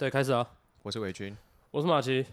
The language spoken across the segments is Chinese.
对，开始啊！ 我是伟军， 我是马奇。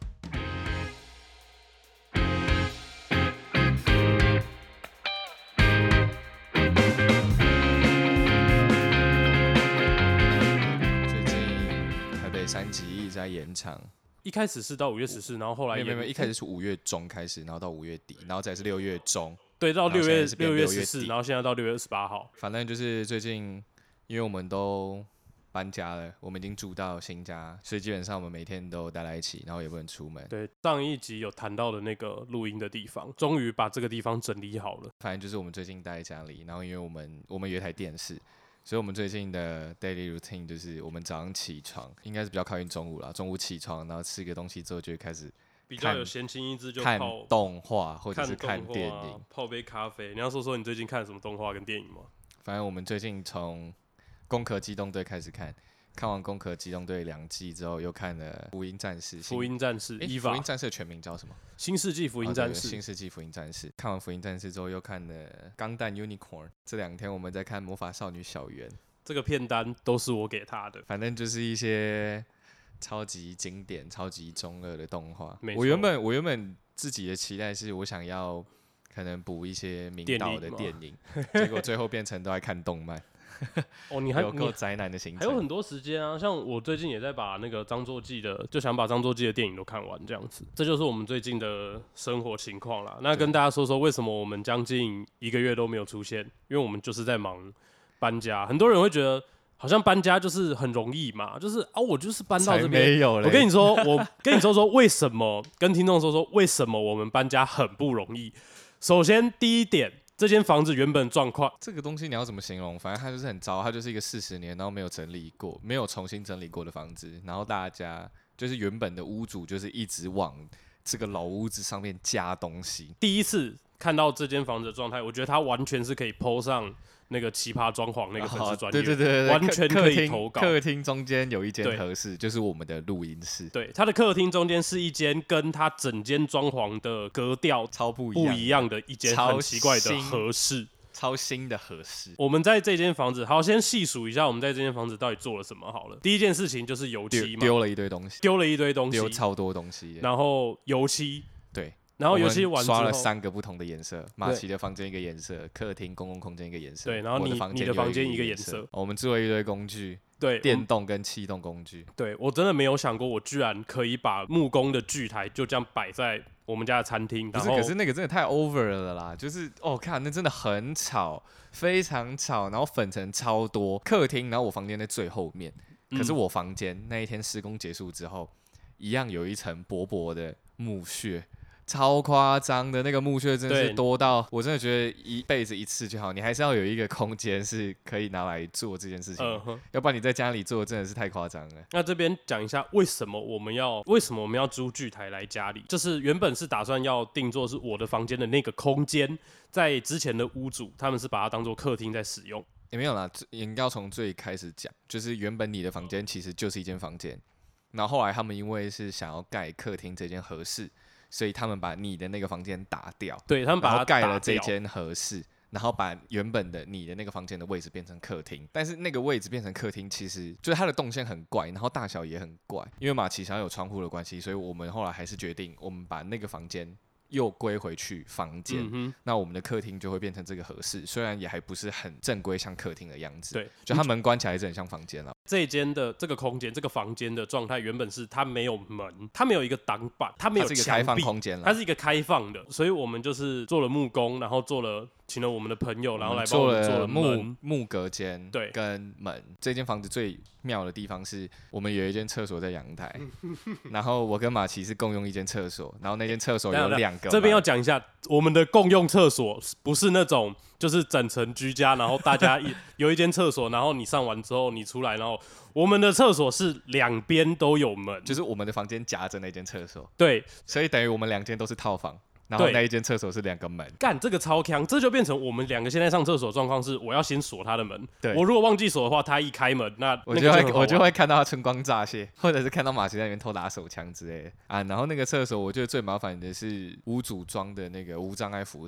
最近台北3级一直在延长， 一开始是到5月14，然后后来没有，一开始是5月中开始，然后到5月底，然后再是6月中， 对，到6月 6 14，然后现在到6月28号。 反正就是最近，因为我们都搬家了，我们已经住到新家，所以基本上我们每天都待在一起，然后也不能出门。 对，上一集有谈到的那个录音的地方，终于把这个地方整理好了。 反正就是我们最近待在家里，然后因为我们有一台电视，所以我们最近的 daily routine 就是我们早上起床，应该是比较靠近中午啦，中午起床，然后吃个东西之后就会开始比较有闲情逸致就看动画或者是看电影， 泡杯咖啡。你要说你最近看什么动画跟电影吗？ 反正我们最近从《攻壳机动队》开始看完《攻壳机动队》2季之后，又看了《福音战士》。 福音战士， 福音战士的全名叫什么？ 新世纪福音战士。 新世纪福音战士。看完福音战士之后，又看了《钢弹 Unicorn》。这2天我们在看《魔法少女小圆》。 这个片单都是我给他的。 反正就是一些超级经典、超级中二的动画。我原本自己的期待是我想要可能补一些名导的电影，结果最后变成都在看动漫。 哦， 有够宅男的行程， 还有很多时间啊。像我最近也在把那个张作骥的，就想把张作骥的电影都看完，这样子。这就是我们最近的生活情况啦。那跟大家说说为什么我们将近1个月都没有出现，因为我们就是在忙搬家。很多人会觉得好像搬家就是很容易嘛，就是啊，我就是搬到这边。 没有， 我跟你说为什么？跟听众说为什么我们搬家很不容易？首先第一点。这间房子原本状况， 这个东西你要怎么形容？反正它就是很糟，它就是一个40年然后没有整理过、没有重新整理过的房子，然后大家就是原本的屋主就是一直往这个老屋子上面加东西。 第一次看到这间房子的状态，我觉得它完全是可以 po 上那个奇葩装潢那个粉丝专页， 对， 完全可以投稿。 客厅中间有一间合适，就是我们的录音室。 对，它的客厅中间是一间跟它整间装潢的格调超不一样的一间很奇怪的合适， 超新的合适。 我们在这间房子，好，先细数一下我们在这间房子到底做了什么好了。第一件事情就是油漆嘛， 丢了一堆东西，丢超多东西， 然后油漆， 对。 然后油漆完之后刷了3个不同的颜色，马奇的房间一个颜色，客厅公共空间一个颜色， 对，然后你的房间一个颜色。 我们做了一堆工具， 对， 电动跟气动工具。 对，我真的没有想过，我居然可以把木工的锯台就这样摆在我们家的餐厅。 可是那个真的太 over 了啦，就是看那真的很吵，非常吵，然后粉尘超多。客厅，然后我房间在最后面，可是我房间那一天施工结束之后，一样有一层薄薄的木屑。超夸张的那个木屑真的是多到我真的觉得一辈子一次就好，你还是要有一个空间是可以拿来做这件事情，要不然你在家里做真的是太夸张了。 那这边讲一下为什么我们要租锯台来家里，就是原本是打算要定做是我的房间的那个空间，在之前的屋主他们是把它当做客厅在使用。 也没有啦，应该要从最开始讲，就是原本你的房间其实就是一间房间，然后后来他们因为是想要盖客厅这间合适。所以他们把你的那个房间打掉， 对他们把它盖了这间合适，然后把原本的你的那个房间的位置变成客厅。但是那个位置变成客厅，其实就是它的动线很怪，然后大小也很怪。因为马奇想要有窗户的关系，所以我们后来还是决定，我们把那个房间又归回去房间，那我们的客厅就会变成这个合适，虽然也还不是很正规像客厅的样子， 对， 就它门关起来是很像房间了。 这一间的这个空间，这个房间的状态原本是它没有门，它没有一个挡板，它没有墙壁， 它是一个开放空间了， 它是一个开放的，所以我们就是做了木工，然后请了我们的朋友，然后来帮我们做了木隔间， 对， 跟门。这间房子最妙的地方是我们有一间厕所在阳台，然后我跟马奇是共用一间厕所，然后那间厕所有2个。 这边要讲一下，我们的共用厕所不是那种就是整层居家，然后大家有一间厕所，然后你上完之后你出来，然后我们的厕所是2边都有门， 就是我们的房间夹着那间厕所， 对， 所以等于我们2间都是套房。然后那一间厕所是2个门， 干这个超强，这就变成我们2个现在上厕所状况是，我要先锁他的门， 对， 我如果忘记锁的话，他一开门， 我就会看到他春光乍泄，或者是看到马奇在那边偷打手枪之类的啊。然后那个厕所我觉得最麻烦的是屋主装的那个无障碍扶手了，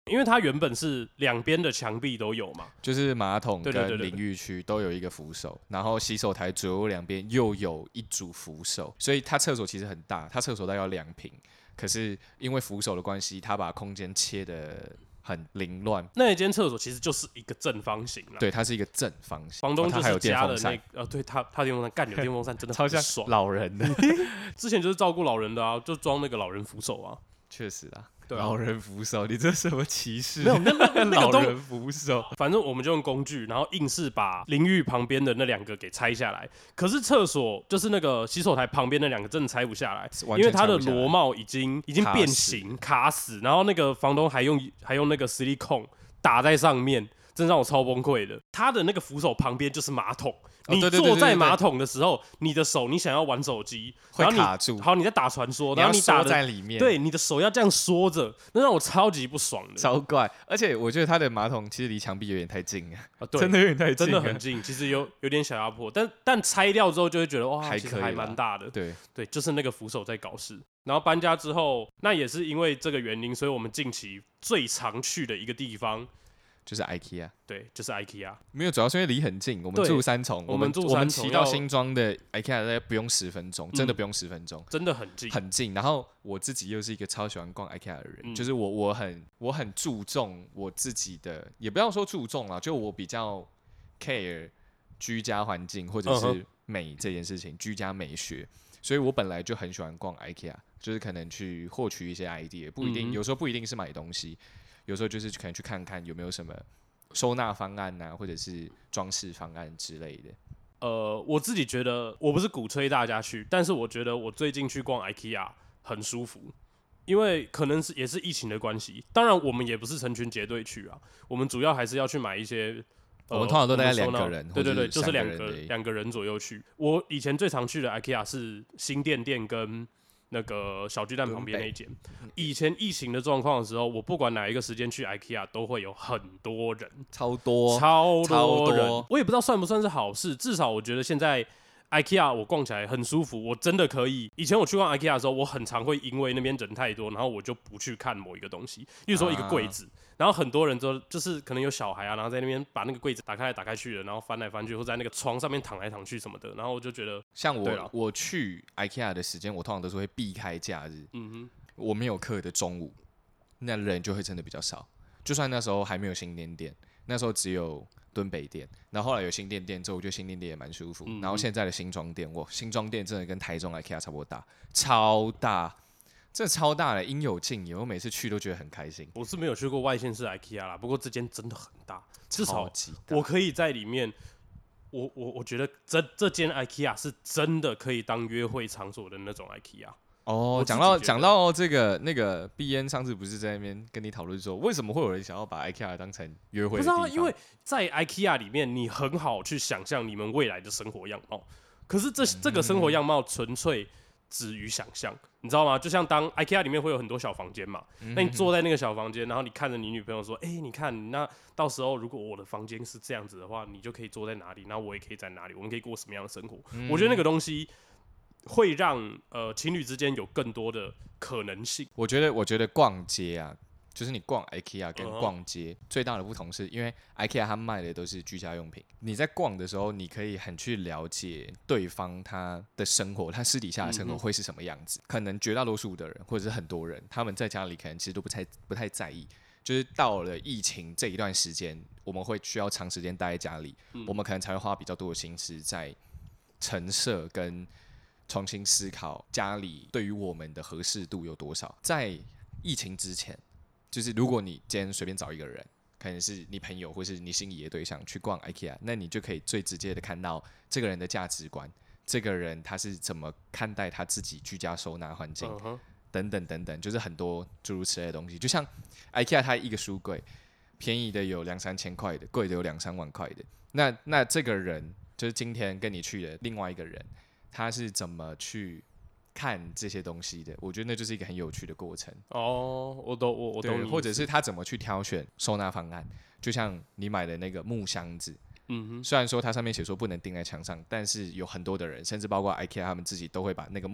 因为它原本是两边的墙壁都有嘛， 就是马桶对对对对跟淋浴区都有一个扶手，然后洗手台左右两边又有一组扶手，所以它厕所其实很大，它厕所大概要2坪，可是因为扶手的关系，它把空间切得很凌乱。 那一间厕所其实就是一个正方形啦。 对，它是一个正方形。 房东就它还有电是加了风扇， 对他电风扇，干有电风扇真的超像很爽。 老人的， 之前就是照顾老人的啊，就装那个老人扶手啊。 确实啊。 对啊老人扶手，你这什么歧视？ 没有那老个人扶手， 反正我们就用工具，然后硬是把淋浴旁边的那2个给拆下来。可是厕所就是那个洗手台旁边那2个真的拆不下来，因为它的螺帽已经变形卡死，然后那个房东还用那个实力控打在上面，真让我超崩溃的。它的那个扶手旁边就是马桶。你坐在马桶的时候，你的手你想要玩手机， 会卡住。 好，你在打传说，然后你打在里面， 对，你的手要这样缩着，那让我超级不爽的， 超怪。而且我觉得它的马桶其实离墙壁有点太近啊， 对， 真的有点太近， 真的很近，其实有点小压迫。但拆掉之后就会觉得哇， 还其实还蛮大的。 对， 就是那个扶手在搞事。然后搬家之后，那也是因为这个原因，所以我们近期最常去的一个地方。 就是 IKEA， 对，就是 IKEA。 没有，主要是因为离很近，我们住3重，我们骑到新庄的 IKEA 大概不用10分钟，真的不用10分钟， 真的很近， 很近。然后我自己又是一个超喜欢逛 IKEA 的人，就是我很注重我自己的，也不要说注重啦，就我比较 care 居家环境或者是美这件事情，居家美学，所以我本来就很喜欢逛 IKEA， 就是可能去获取一些 idea， 不一定，有时候不一定是买东西。有时候就是可能去看看有没有什么收纳方案啊，或者是装饰方案之类的。 我自己觉得我不是鼓吹大家去，但是我觉得我最近去逛 IKEA 很舒服，因为可能也是疫情的关系。当然我们也不是成群结队去啊，我们主要还是要去买一些。 我们通常都大概2个人， 对，就是两个人左右去。我以前最常去的 IKEA 是新店跟那个小巨蛋旁边那一间。以前疫情的状况的时候，我不管哪一个时间去 IKEA 都会有很多人， 超多人。我也不知道算不算是好事，至少我觉得现在 IKEA 我逛起来很舒服，我真的可以。以前我去逛 IKEA 的时候，我很常会因为那边人太多，然后我就不去看某一个东西，例如说一个柜子。然后很多人就是可能有小孩啊，然后在那边把那个柜子打开来打开去的，然后翻来翻去，或在那个床上面躺来躺去什么的，然后我就觉得， 像我去 IKEA 的时间，我通常都是会避开假日，我没有课的中午，那人就会真的比较少。就算那时候还没有新店，那时候只有敦北店，然后后来有新店之后，我觉得新店也蛮舒服。然后现在的新庄店，新庄店真的跟台中 IKEA 差不多大，超大。真的超大的，应有尽有，我每次去都觉得很开心。 我是没有去过外县市 IKEA 啦，不过这间真的很大，至少我可以在里面。我觉得这间 IKEA 是真的可以当约会场所的那种 IKEA。 哦，讲到这个，那个毕恩上次不是在那边跟你讨论说，为什么会有人想要把 IKEA 当成约会的地方？ 不知道，因为在 IKEA 里面，你很好去想象你们未来的生活样貌。可是这个生活样貌纯粹止于想象，你知道吗？就像当 IKEA 里面会有很多小房间嘛，那你坐在那个小房间，然后你看着你女朋友说：“你看，那到时候如果我的房间是这样子的话，你就可以坐在哪里，然后我也可以在哪里，我们可以过什么样的生活？”我觉得那个东西会让情侣之间有更多的可能性。 我觉得逛街啊。就是你逛 IKEA 跟逛街最大的不同是因为 IKEA 它卖的都是居家用品，你在逛的时候，你可以很去了解对方他的生活，他私底下的生活会是什么样子。可能绝大多数的人或者是很多人，他们在家里可能其实都不太在意。就是到了疫情这一段时间，我们会需要长时间待在家里，我们可能才会花比较多的心思在陈设跟重新思考家里对于我们的合适度有多少。在疫情之前。就是如果你今天随便找一个人，可能是你朋友或是你心仪的对象去逛 IKEA， 那你就可以最直接的看到这个人的价值观，这个人他是怎么看待他自己居家收纳环境，等等，就是很多诸如此类的东西。就像 IKEA 它一个书柜，便宜的有2-3千块的，贵的有2-3万块的。那这个人就是今天跟你去的另外一个人，他是怎么去看这些东西的，我觉得那就是一个很有趣的过程。 哦，我懂你， 或者是他怎么去挑选收纳方案，就像你买的那个木箱子，虽然说它上面写说不能钉在墙上，但是有很多的人，甚至包括 IKEA 他们自己都会把那个木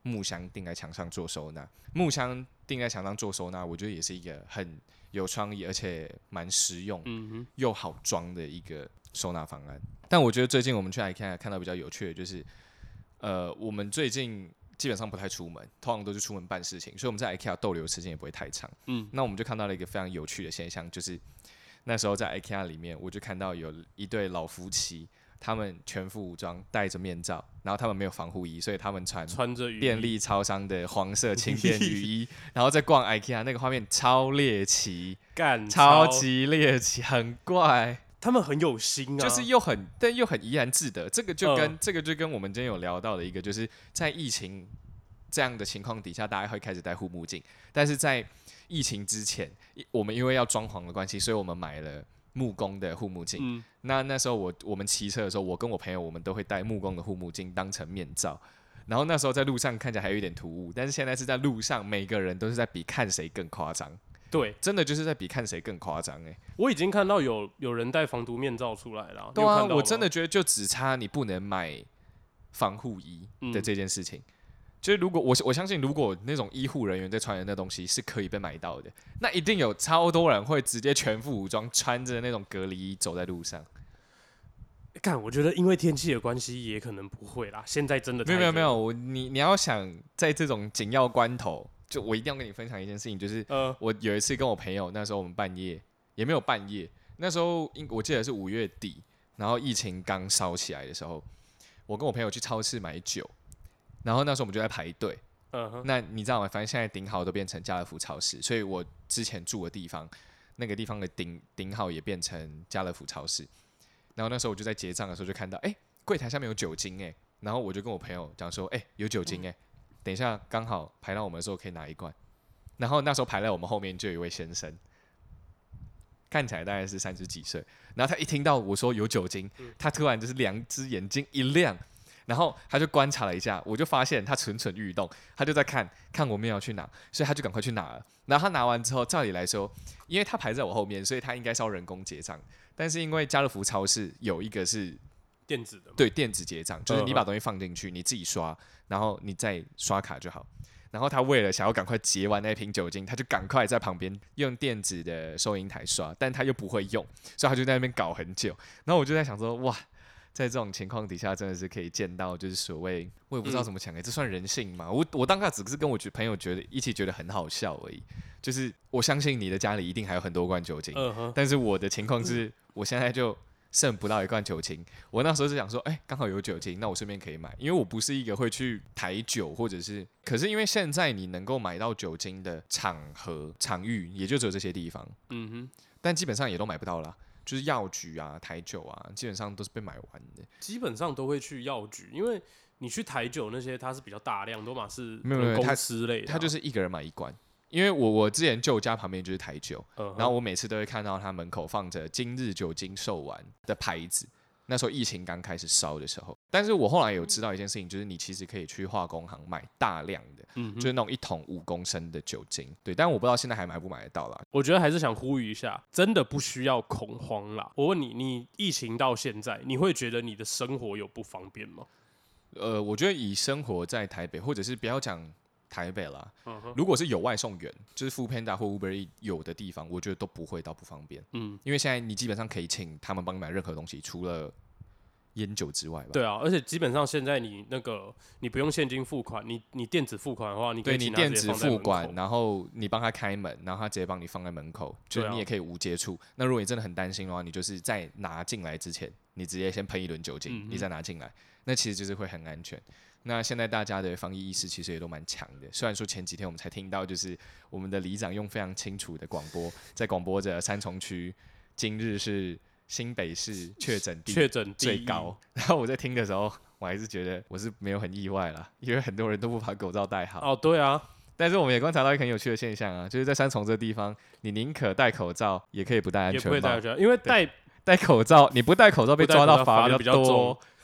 木箱钉在墙上做收纳。木箱钉在墙上做收纳，我觉得也是一个很有创意而且蛮实用、又好装的一个收纳方案。但我觉得最近我们去 IKEA 看到比较有趣的就是，我们最近基本上不太出门，通常都是出门办事情，所以我们在 IKEA 逗留时间也不会太长。那我们就看到了一个非常有趣的现象，就是那时候在 IKEA 里面，我就看到有一对老夫妻。他们全副武装，戴着面罩，然后他们没有防护衣，所以他们穿着便利超商的黄色轻便雨衣，然后在逛 IKEA， 那个画面超猎奇，超级猎奇，很怪。 他们很有心啊， 就是但又很怡然自得。这个就跟我们今天有聊到的一个，就是在疫情这样的情况底下，大家会开始戴护目镜，但是在疫情之前，我们因为要装潢的关系，所以我们买了木工的护目镜。那时候我们骑车的时候，我跟我朋友我们都会戴木工的护目镜当成面罩。然后那时候在路上看起来还有一点突兀，但是现在是在路上，每个人都是在比看谁更夸张。 对， 真的就是在比看谁更夸张我已经看到有人戴防毒面罩出来了。 对啊，我真的觉得就只差你不能买防护衣的这件事情。就是如果我相信，如果那种医护人员在穿的那东西是可以被买到的，那一定有超多人会直接全副武装，穿着那种隔离衣走在路上。 我觉得因为天气的关系，也可能不会啦。现在真的没有，你要想在这种紧要关头，就我一定要跟你分享一件事情，就是我有一次跟我朋友，那时候我们半夜也没有半夜，那时候我记得是5月底，然后疫情刚烧起来的时候，我跟我朋友去超市买酒。然后那时候我们就在排队，那你知道吗？反正现在顶好都变成家乐福超市，所以我之前住的地方，那个地方的顶好也变成家乐福超市。然后那时候我就在结账的时候就看到，柜台下面有酒精然后我就跟我朋友讲说，有酒精等一下刚好排到我们的时候可以拿一罐。然后那时候排在我们后面就有一位先生，看起来大概是30几岁，然后他一听到我说有酒精，他突然就是2只眼睛一亮。然后他就观察了一下，我就发现他蠢蠢欲动，他就在看我们要去拿，所以他就赶快去拿了。然后他拿完之后，照理来说，因为他排在我后面，所以他应该是要人工结账。但是因为家乐福超市有一个是电子的， 对，电子结账，就是你把东西放进去，你自己刷，然后你再刷卡就好。然后他为了想要赶快结完那瓶酒精，他就赶快在旁边用电子的收银台刷，但他又不会用，所以他就在那边搞很久。然后我就在想说，哇！在这种情况底下，真的是可以见到，就是所谓我也不知道怎么讲这算人性吗？我当下只是跟我朋友一起觉得很好笑而已。就是我相信你的家里一定还有很多罐酒精，但是我的情况是，我现在就剩不到1罐酒精。我那时候是想说，刚好有酒精，那我顺便可以买，因为我不是一个会去台酒或者是，可是因为现在你能够买到酒精的场合场域，也就只有这些地方，但基本上也都买不到啦。就是药局啊、台酒啊，基本上都是被买完的。 基本上都会去药局，因为你去台酒那些，它是比较大量，都嘛是公司类的， 他就是一个人买1罐。因为我之前旧家旁边就是台酒，然后我每次都会看到他门口放着今日酒精售完的牌子。那时候疫情刚开始烧的时候，但是我后来有知道一件事情，就是你其实可以去化工行买大量的，就是那种1桶5公升的酒精，对，但我不知道现在还买不买得到啦。 我觉得还是想呼吁一下，真的不需要恐慌啦。我问你，你疫情到现在，你会觉得你的生活有不方便吗？ 我觉得以生活在台北，或者是不要讲台北啦，如果是有外送员，就是 Foodpanda 或 Uber Eats 有的地方，我觉得都不会到不方便。因为现在你基本上可以请他们帮你买任何东西，除了烟酒之外吧。 对啊，而且基本上现在你你不用现金付款，你电子付款的话，你可以对你电子付款，然后你帮他开门，然后他直接帮你放在门口，就是你也可以无接触。那如果你真的很担心的话，你就是在拿进来之前，你直接先喷一轮酒精，你再拿进来，那其实就是会很安全。那现在大家的防疫意识其实也都蛮强的，虽然说前几天我们才听到，就是我们的里长用非常清楚的广播，在广播着三重区今日是新北市确诊最高。然后我在听的时候，我还是觉得我是没有很意外啦，因为很多人都不把口罩戴好。 哦，对啊。 但是我们也观察到一个很有趣的现象啊，就是在三重这地方，你宁可戴口罩，也可以不戴安全帽， 也不会戴安全帽，因为戴口罩，你不戴口罩被抓到罚比较多。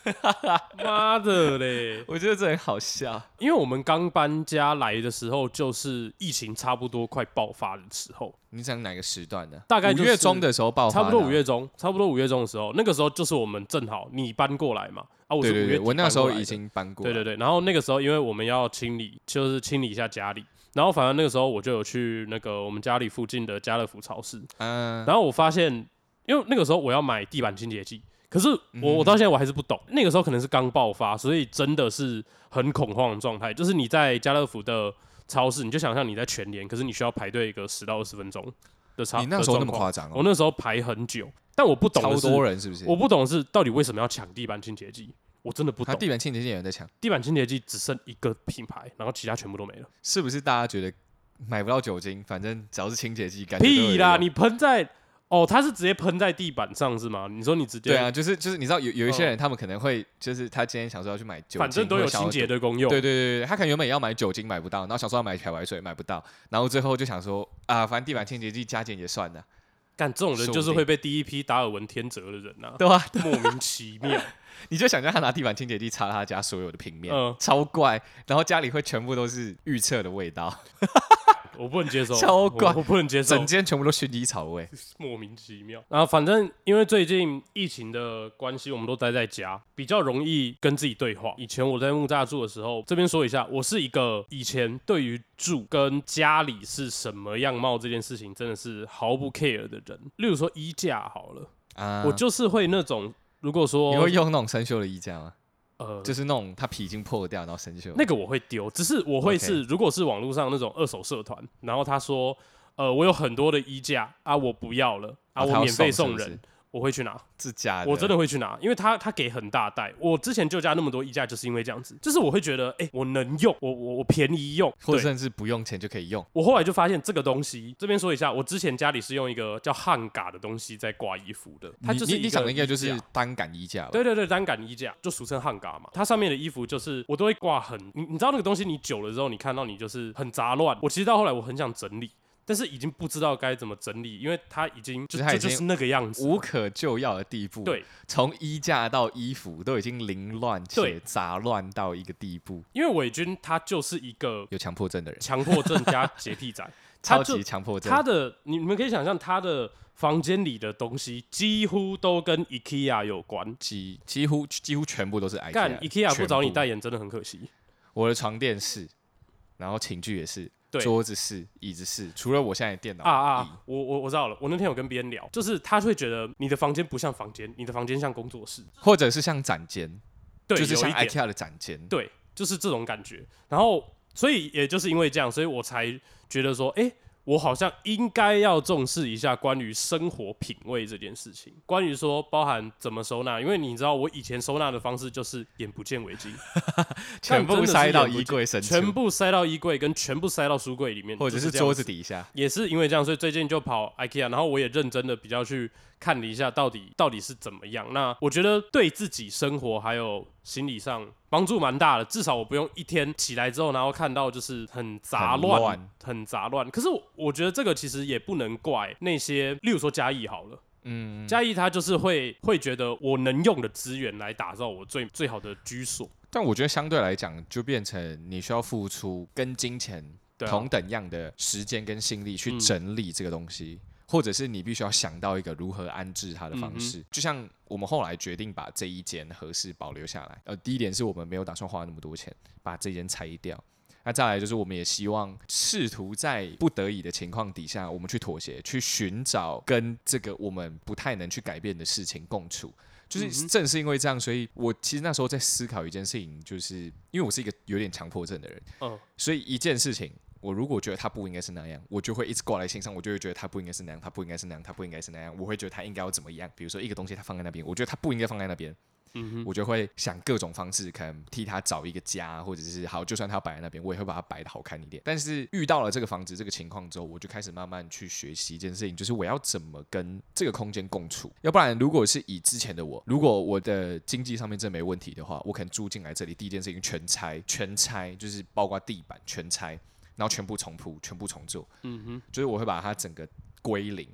妈的嘞！ 我觉得这很好笑。 因为我们刚搬家来的时候，就是疫情差不多快爆发的时候。 你讲哪个时段呢？ 大概就是 5月中的时候爆发的啊， 差不多5月中，差不多5月中的时候，那个时候就是我们正好你搬过来嘛，啊，我是5月底对，我那时候搬过来的已经搬过来， 对，然后那个时候因为我们要清理，就是清理一下家里，然后反正那个时候我就有去那个我们家里附近的家乐福超市，然后我发现，因为那个时候我要买地板清洁剂。可是我到现在我还是不懂，那个时候可能是刚爆发，所以真的是很恐慌的状态。就是你在家乐福的超市，你就想象你在全联，可是你需要排队一个10到20分钟的超。 你那时候那么夸张？ 我那时候排很久，但我不懂的是， 超多人是不是？ 我不懂的是到底为什么要抢地板清洁剂，我真的不懂。 地板清洁剂有人在抢， 地板清洁剂只剩一个品牌，然后其他全部都没了。 是不是大家觉得买不到酒精，反正只要是清洁剂，感觉屁啦！你喷在。哦，它是直接喷在地板上是吗？你说你直接对啊，就是你知道有一些人他们可能会就是他今天想说要去买酒精， 反正都有清洁的功用。 对，他可能原本也要买酒精买不到，然后想说要买漂白水买不到，然后最后就想说啊，反正地板清洁剂加减也算了。 干这种人就是会被第一批达尔文天择的人啊， 对吧？ 莫名其妙。 你就想象他拿地板清洁剂擦他家所有的平面，超怪，然后家里会全部都是预测的味道。 我不能接受， 超怪， 我不能接受， 整间全部都薰衣草味， 莫名其妙。然后反正因为最近疫情的关系，我们都待在家，比较容易跟自己对话。以前我在木栅住的时候，这边说一下，我是一个以前对于住跟家里是什么样貌这件事情，真的是毫不 care 的人。例如说衣架好了，我就是会那种，如果说你会用那种生锈的衣架吗？就是那种它皮已经破掉，然后生锈。 那个我会丢，只是我会是，如果是网络上那种二手社团，然后他说，我有很多的衣架啊，我不要了啊，我免费送人，我会去拿。 是假的， 我真的会去拿，因为他给很大袋。我之前旧家那么多衣架，就是因为这样子，就是我会觉得，我能用，我便宜用， 或者甚至不用钱就可以用。 我后来就发现这个东西，这边说一下，我之前家里是用一个叫汉嘎的东西在挂衣服的，它就是你讲的应该就是单杆衣架吧？ 对，单杆衣架就俗称汉嘎嘛。它上面的衣服就是我都会挂你知道那个东西，你久了之后，你看到你就是很杂乱。我其实到后来我很想整理。但是已经不知道该怎么整理，因为它已经就是那个样子， 无可救药的地步。 对， 从衣架到衣服都已经凌乱且杂乱到一个地步。 因为伟军他就是一个有强迫症的人， 强迫症加洁癖仔， 超级强迫症。 你们可以想象他的房间里的东西几乎都跟 IKEA 有关， 几乎全部都是 IKEA。 干 IKEA 不找你代言真的很可惜。 我的床垫是，然后寝具也是。桌子是，椅子是，除了我现在的电脑我知道了。我那天有跟别人聊，就是他会觉得你的房间不像房间，你的房间像工作室， 或者是像展间， 对， 就是像 IKEA 的展间， 对，就是这种感觉。然后，所以也就是因为这样，所以我才觉得说，我好像应该要重视一下关于生活品味这件事情，关于说包含怎么收纳，因为你知道我以前收纳的方式就是眼不见为净， 全部塞到衣柜深处， 全部塞到衣柜跟全部塞到书柜里面， 或者是桌子底下。 也是因为这样，所以最近就跑 IKEA， 然后我也认真的比较去看了一下到底是怎么样。那我觉得对自己生活还有心理上帮助蛮大的，至少我不用一天起来之后，然后看到就是很杂乱，很杂乱。可是我觉得这个其实也不能怪那些，例如说嘉义好了，嘉义他就是会觉得我能用的资源来打造我最好的居所。 但我觉得相对来讲，就变成你需要付出跟金钱同等样的时间跟心力去整理这个东西。或者是你必须要想到一个如何安置它的方式，就像我们后来决定把这一间和室保留下来。第一点是我们没有打算花那么多钱把这间拆掉，那再来就是我们也希望试图在不得已的情况底下，我们去妥协，去寻找跟这个我们不太能去改变的事情共处。就是正是因为这样，所以我其实那时候在思考一件事情，就是因为我是一个有点强迫症的人，所以一件事情。我如果觉得他不应该是那样，我就会一直挂在心上，我就会觉得他不应该是那样，他不应该是那样，他不应该是那样，我会觉得他应该要怎么样。比如说一个东西他放在那边，我觉得他不应该放在那边，我就会想各种方式，可能替他找一个家，或者是好，就算他要摆在那边，我也会把它摆得好看一点。但是遇到了这个房子这个情况之后，我就开始慢慢去学习一件事情，就是我要怎么跟这个空间共处。要不然，如果是以之前的我，如果我的经济上面真没问题的话，我可能住进来这里第一件事情全拆，就是包括地板全拆。然后全部重铺，全部重做，就是我会把它整个归零，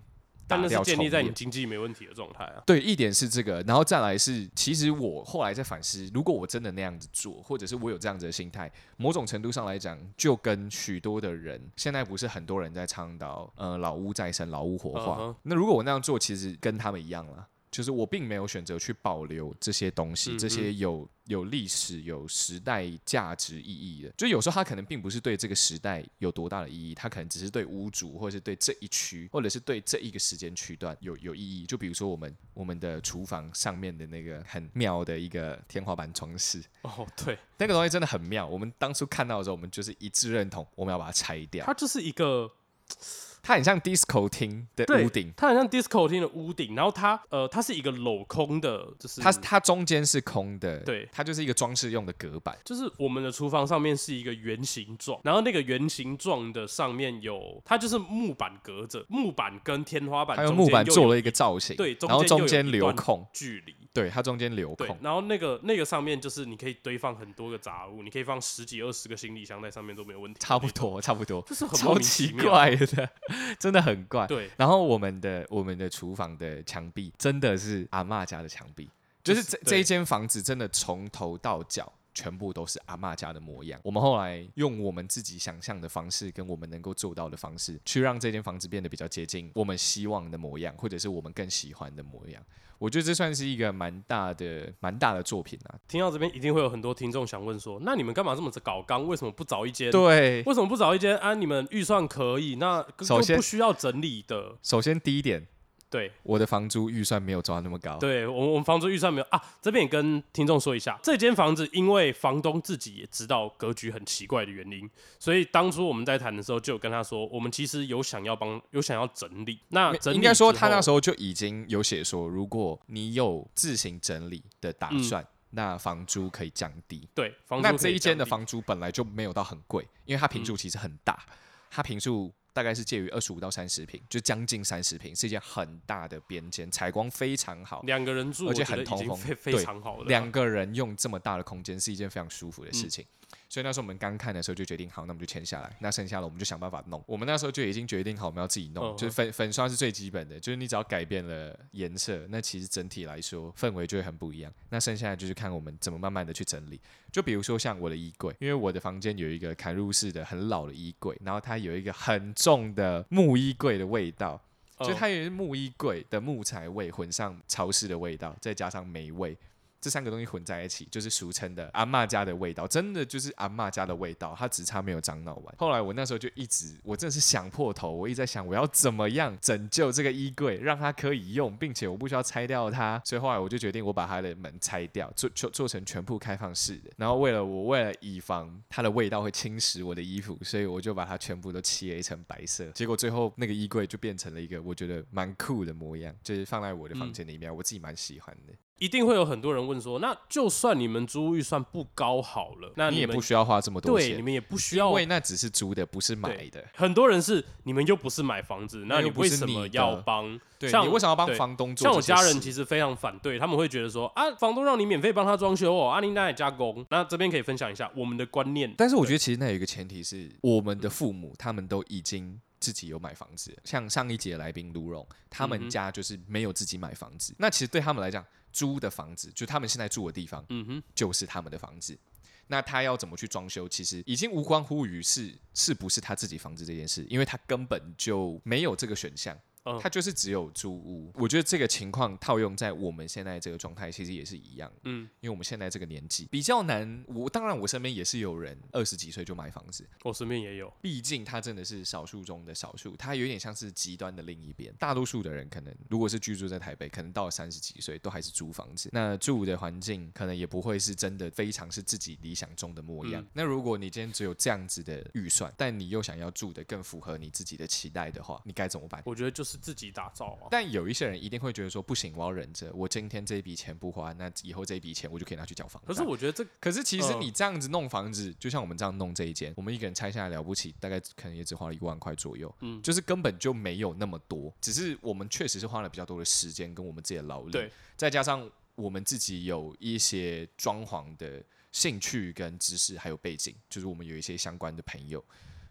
但那是建立在你面经济没问题的状态啊。 对，一点是这个，然后再来是，其实我后来在反思，如果我真的那样子做，或者是我有这样子的心态，某种程度上来讲，就跟许多的人，现在不是很多人在倡导老屋再生、老屋活化，那如果我那样做，其实跟他们一样啦。就是我并没有选择去保留这些东西，这些有历史、有时代价值意义的。就有时候它可能并不是对这个时代有多大的意义，它可能只是对屋主，或者是对这一区，或者是对这一个时间区段有意义。就比如说我们的厨房上面的那个很妙的一个天花板装饰， 哦，对， 那个东西真的很妙。我们当初看到的时候，我们就是一致认同，我们要把它拆掉。 它就是一个。 它很像 disco 厅的屋顶， 它很像 disco 厅的屋顶，然后它是一个镂空的，就是它中间是空的， 对， 它就是一个装饰用的隔板， 就是我们的厨房上面是一个圆形状，然后那个圆形状的上面它就是木板隔着，木板跟天花板中间还有木板做了一个造型， 对， 然后中间留空距离。 对，它中间留空， 然后那个上面就是你可以堆放很多个杂物，你可以放10几20个行李箱在上面都没有问题。 差不多， 就是很超奇怪的，真的很怪。 对， 然后我们的厨房的墙壁真的是阿嬷家的墙壁，就是这一间房子真的从头到脚。全部都是阿嬷家的模样。我们后来用我们自己想象的方式，跟我们能够做到的方式，去让这间房子变得比较接近我们希望的模样，或者是我们更喜欢的模样。我觉得这算是一个蛮大的作品啊！ 听到这边，一定会有很多听众想问说：那你们干嘛这么搞刚？为什么不找一间？ 对， 为什么不找一间啊？你们预算可以，那首先不需要整理的。 首先第一点。 对， 我的房租预算没有抓那么高。 对，我们房租预算没有啊。这边也跟听众说一下，这间房子因为房东自己也知道格局很奇怪的原因，所以当初我们在谈的时候就有跟他说，我们其实有想要整理。那整理应该说他那时候就已经有写说，如果你有自行整理的打算，那房租可以降低。 对， 那这一间的房租本来就没有到很贵，因为它坪数其实很大，它坪数。大概是介于25到30坪，就将近30坪，是一间很大的边间，采光非常好 ，2个人住而且很通风， 非常好了。 2个人用这么大的空间是一件非常舒服的事情。所以那时候我们刚看的时候就决定好，那我们就签下来。那剩下的我们就想办法弄。我们那时候就已经决定好我们要自己弄，就是粉刷是最基本的，就是你只要改变了颜色，那其实整体来说氛围就会很不一样。那剩下的就是看我们怎么慢慢的去整理。就比如说像我的衣柜，因为我的房间有一个砍入式的很老的衣柜，然后它有一个很重的木衣柜的味道，就它有木衣柜的木材味混上潮湿的味道，再加上霉味。这3个东西混在一起，就是俗称的阿嬷家的味道，真的就是阿嬷家的味道，它只差没有樟脑丸。后来我那时候就我真的是想破头，我一直在想我要怎么样拯救这个衣柜，让它可以用，并且我不需要拆掉它。所以后来我就决定我把它的门拆掉，做成全部开放式的。然后为了以防它的味道会侵蚀我的衣服，所以我就把它全部都漆了一层白色。结果最后那个衣柜就变成了一个我觉得蛮酷的模样，就是放在我的房间里面，我自己蛮喜欢的。 一定会有很多人问说，那就算你们租预算不高好了，那你也不需要花这么多钱， 对，你们也不需要， 因为那只是租的，不是买的。 很多人是你们又不是买房子，那你为什么要帮？ 像你为什么要帮房东做？ 像我家人其实非常反对，他们会觉得说啊，房东让你免费帮他装修哦，你那也加工。那这边可以分享一下我们的观念。 但是我觉得其实那有一个前提是，我们的父母他们都已经自己有买房子，像上一集的来宾卢荣，他们家就是没有自己买房子。那其实对他们来讲，租的房子就他们现在住的地方，就是他们的房子。那他要怎么去装修，其实已经无关乎于是不是他自己房子这件事，因为他根本就没有这个选项。它就是只有租屋。我觉得这个情况套用在我们现在这个状态，其实也是一样。因为我们现在这个年纪比较难。当然我身边也是有人20几岁就买房子， 我身边也有。 毕竟他真的是少数中的少数，他有点像是极端的另一边。大多数的人可能如果是居住在台北，可能到了30几岁都还是租房子，那住的环境可能也不会是真的非常是自己理想中的模样。那如果你今天只有这样子的预算，但你又想要住的更符合你自己的期待的话，你该怎么办？ 我觉得就是自己打造啊。 但有一些人一定会觉得说，不行，我要忍着，我今天这一笔钱不花，那以后这一笔钱我就可以拿去缴房贷。 可是我觉得可是其实你这样子弄房子，就像我们这样弄这一间，我们一个人拆下来了不起，大概可能也只花了1万块左右，就是根本就没有那么多，只是我们确实是花了比较多的时间跟我们自己的劳力， 对， 再加上我们自己有一些装潢的兴趣跟知识还有背景，就是我们有一些相关的朋友。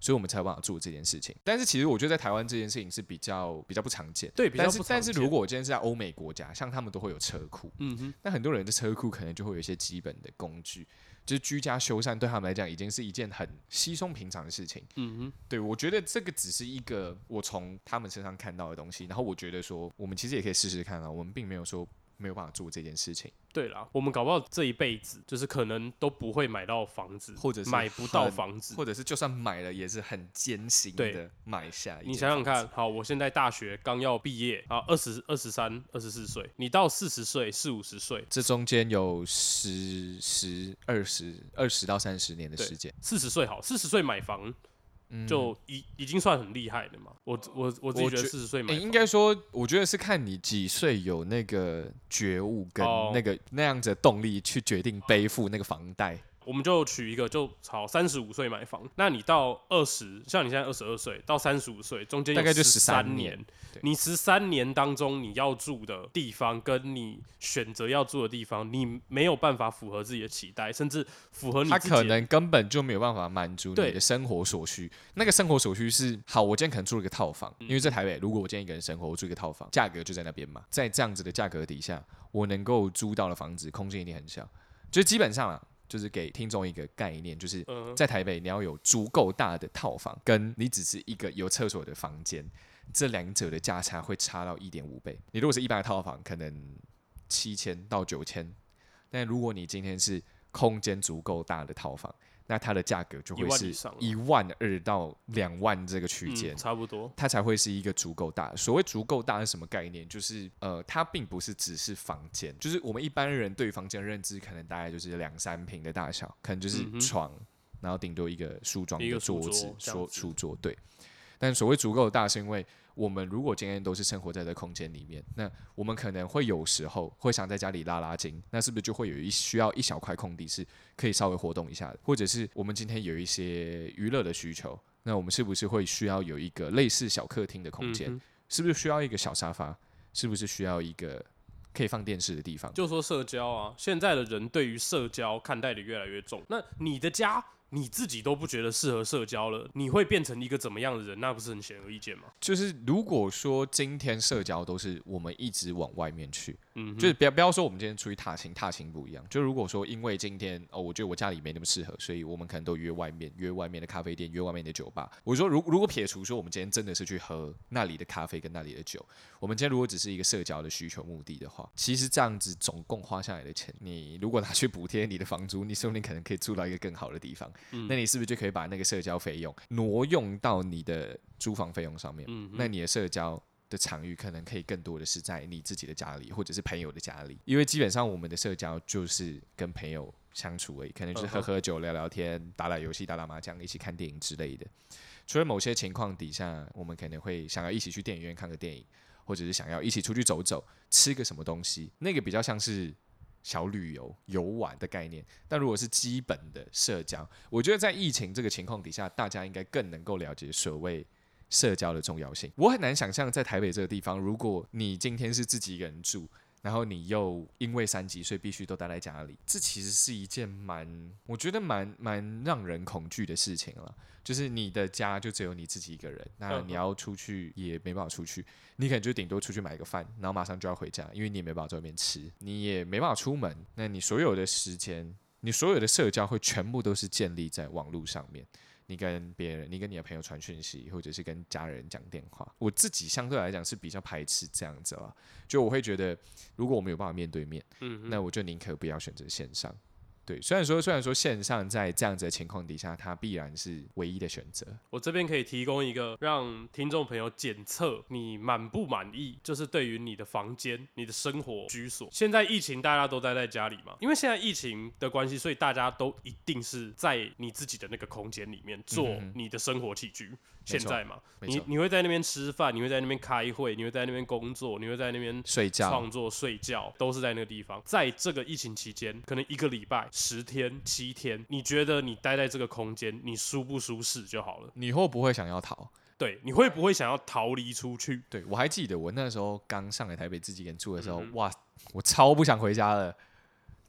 所以我们才有办法做这件事情。但是其实我觉得在台湾这件事情是比较不常见， 对，比较不常见。 但是如果我今天是在欧美国家，像他们都会有车库，那很多人的车库可能就会有一些基本的工具，就是居家修缮对他们来讲已经是一件很稀松平常的事情。对，我觉得这个只是一个我从他们身上看到的东西，然后我觉得说我们其实也可以试试看啊，我们并没有说没有办法做这件事情。 对啦，我们搞不好这一辈子就是可能都不会买到房子， 或者是买不到房子， 或者是就算买了也是很艰辛的买下一间房子。 你想想看，好，我现在大学刚要毕业啊，23、24岁，你到40岁、40、50岁， 这中间有20到30年的时间。 40岁好，40岁买房。就已经算很厉害的嘛。我自己觉得40岁买房， 应该说，我觉得是看你几岁有那个觉悟跟那样子的动力去决定背负那个房贷。 我们就取一个，就好35岁买房，那你到20，像你现在22岁到35岁，中间大概就 13年。你13年当中，你要住的地方跟你选择要住的地方，你没有办法符合自己的期待，甚至符合你自己的， 他可能根本就没有办法满足你的生活所需。那个生活所需是，好，我今天可能住了一个套房，因为在台北，如果我今天一个人生活，我住一个套房，价格就在那边嘛，在这样子的价格底下，我能够租到的房子空间一定很小，就基本上啊。就是给听众一个概念，就是在台北你要有足够大的套房，跟你只是一个有厕所的房间，这两者的价差会差到1.5倍。你如果是一般的套房，可能7000到9000，但如果你今天是空间足够大的套房，那它的价格就会是12000到2万这个区间， 差不多， 它才会是一个足够大。所谓足够大是什么概念？就是它并不是只是房间，就是我们一般人对于房间的认知，可能大概就是2-3平的大小，可能就是床，然后顶多一个梳妆的桌子、书桌，对。但所谓足够大，是因为我们如果今天都是生活在这空间里面，那我们可能会有时候会想在家里拉筋，那是不是就会有需要一小块空地是可以稍微活动一下的？或者是我们今天有一些娱乐的需求，那我们是不是会需要有一个类似小客厅的空间？是不是需要一个小沙发？是不是需要一个可以放电视的地方？ 就说社交啊，现在的人对于社交看待的越来越重，那你的家你自己都不觉得适合社交了，你会变成一个怎么样的人？那不是很显而易见吗？ 就是如果说今天社交都是我们一直往外面去，就是不要说我们今天出去踏青不一样。就如果说因为今天我觉得我家里没那么适合，所以我们可能都约外面的咖啡店，约外面的酒吧。我说如果撇除说我们今天真的是去喝那里的咖啡跟那里的酒，我们今天如果只是一个社交的需求目的的话，其实这样子总共花下来的钱，你如果拿去补贴你的房租，你说不定可能可以住到一个更好的地方。那你是不是就可以把那个社交费用挪用到你的租房费用上面？那你的社交的场域可能可以更多的是在你自己的家里，或者是朋友的家里，因为基本上我们的社交就是跟朋友相处而已，可能就是喝酒、聊聊天、打打游戏、打打麻将、一起看电影之类的。除了某些情况底下，我们可能会想要一起去电影院看个电影，或者是想要一起出去走走、吃个什么东西，那个比较像是小旅游、游玩的概念。但如果是基本的社交，我觉得在疫情这个情况底下，大家应该更能够了解所谓社交的重要性。我很难想象在台北这个地方，如果你今天是自己一个人住，然后你又因为3级所以必须都待在家里，这其实是一件我觉得蛮让人恐惧的事情了。就是你的家就只有你自己一个人，那你要出去也没办法出去，你可能就顶多出去买个饭，然后马上就要回家，因为你也没办法在外面吃，你也没办法出门，那你所有的时间，你所有的社交会全部都是建立在网络上面。你跟别人，你跟你的朋友传讯息，或者是跟家人讲电话，我自己相对来讲是比较排斥这样子啦。就我会觉得，如果我们有办法面对面，那我就宁可不要选择线上。对，虽然说线上在这样子的情况底下，它必然是唯一的选择。 我这边可以提供一个让听众朋友检测你满不满意，就是对于你的房间、你的生活居所。现在疫情大家都待在家里嘛，因为现在疫情的关系，所以大家都一定是在你自己的那个空间里面做你的生活起居。现在嘛，你会在那边吃饭，你会在那边开会，你会在那边工作，你会在那边睡觉、 创作、睡觉，都是在那个地方。在这个疫情期间，可能1个礼拜、10天、7天，你觉得你待在这个空间，你舒不舒适就好了。 你会不会想要逃？ 对，你会不会想要逃离出去？ 对，我还记得我那时候刚上来台北自己一个人住的时候，哇，我超不想回家了。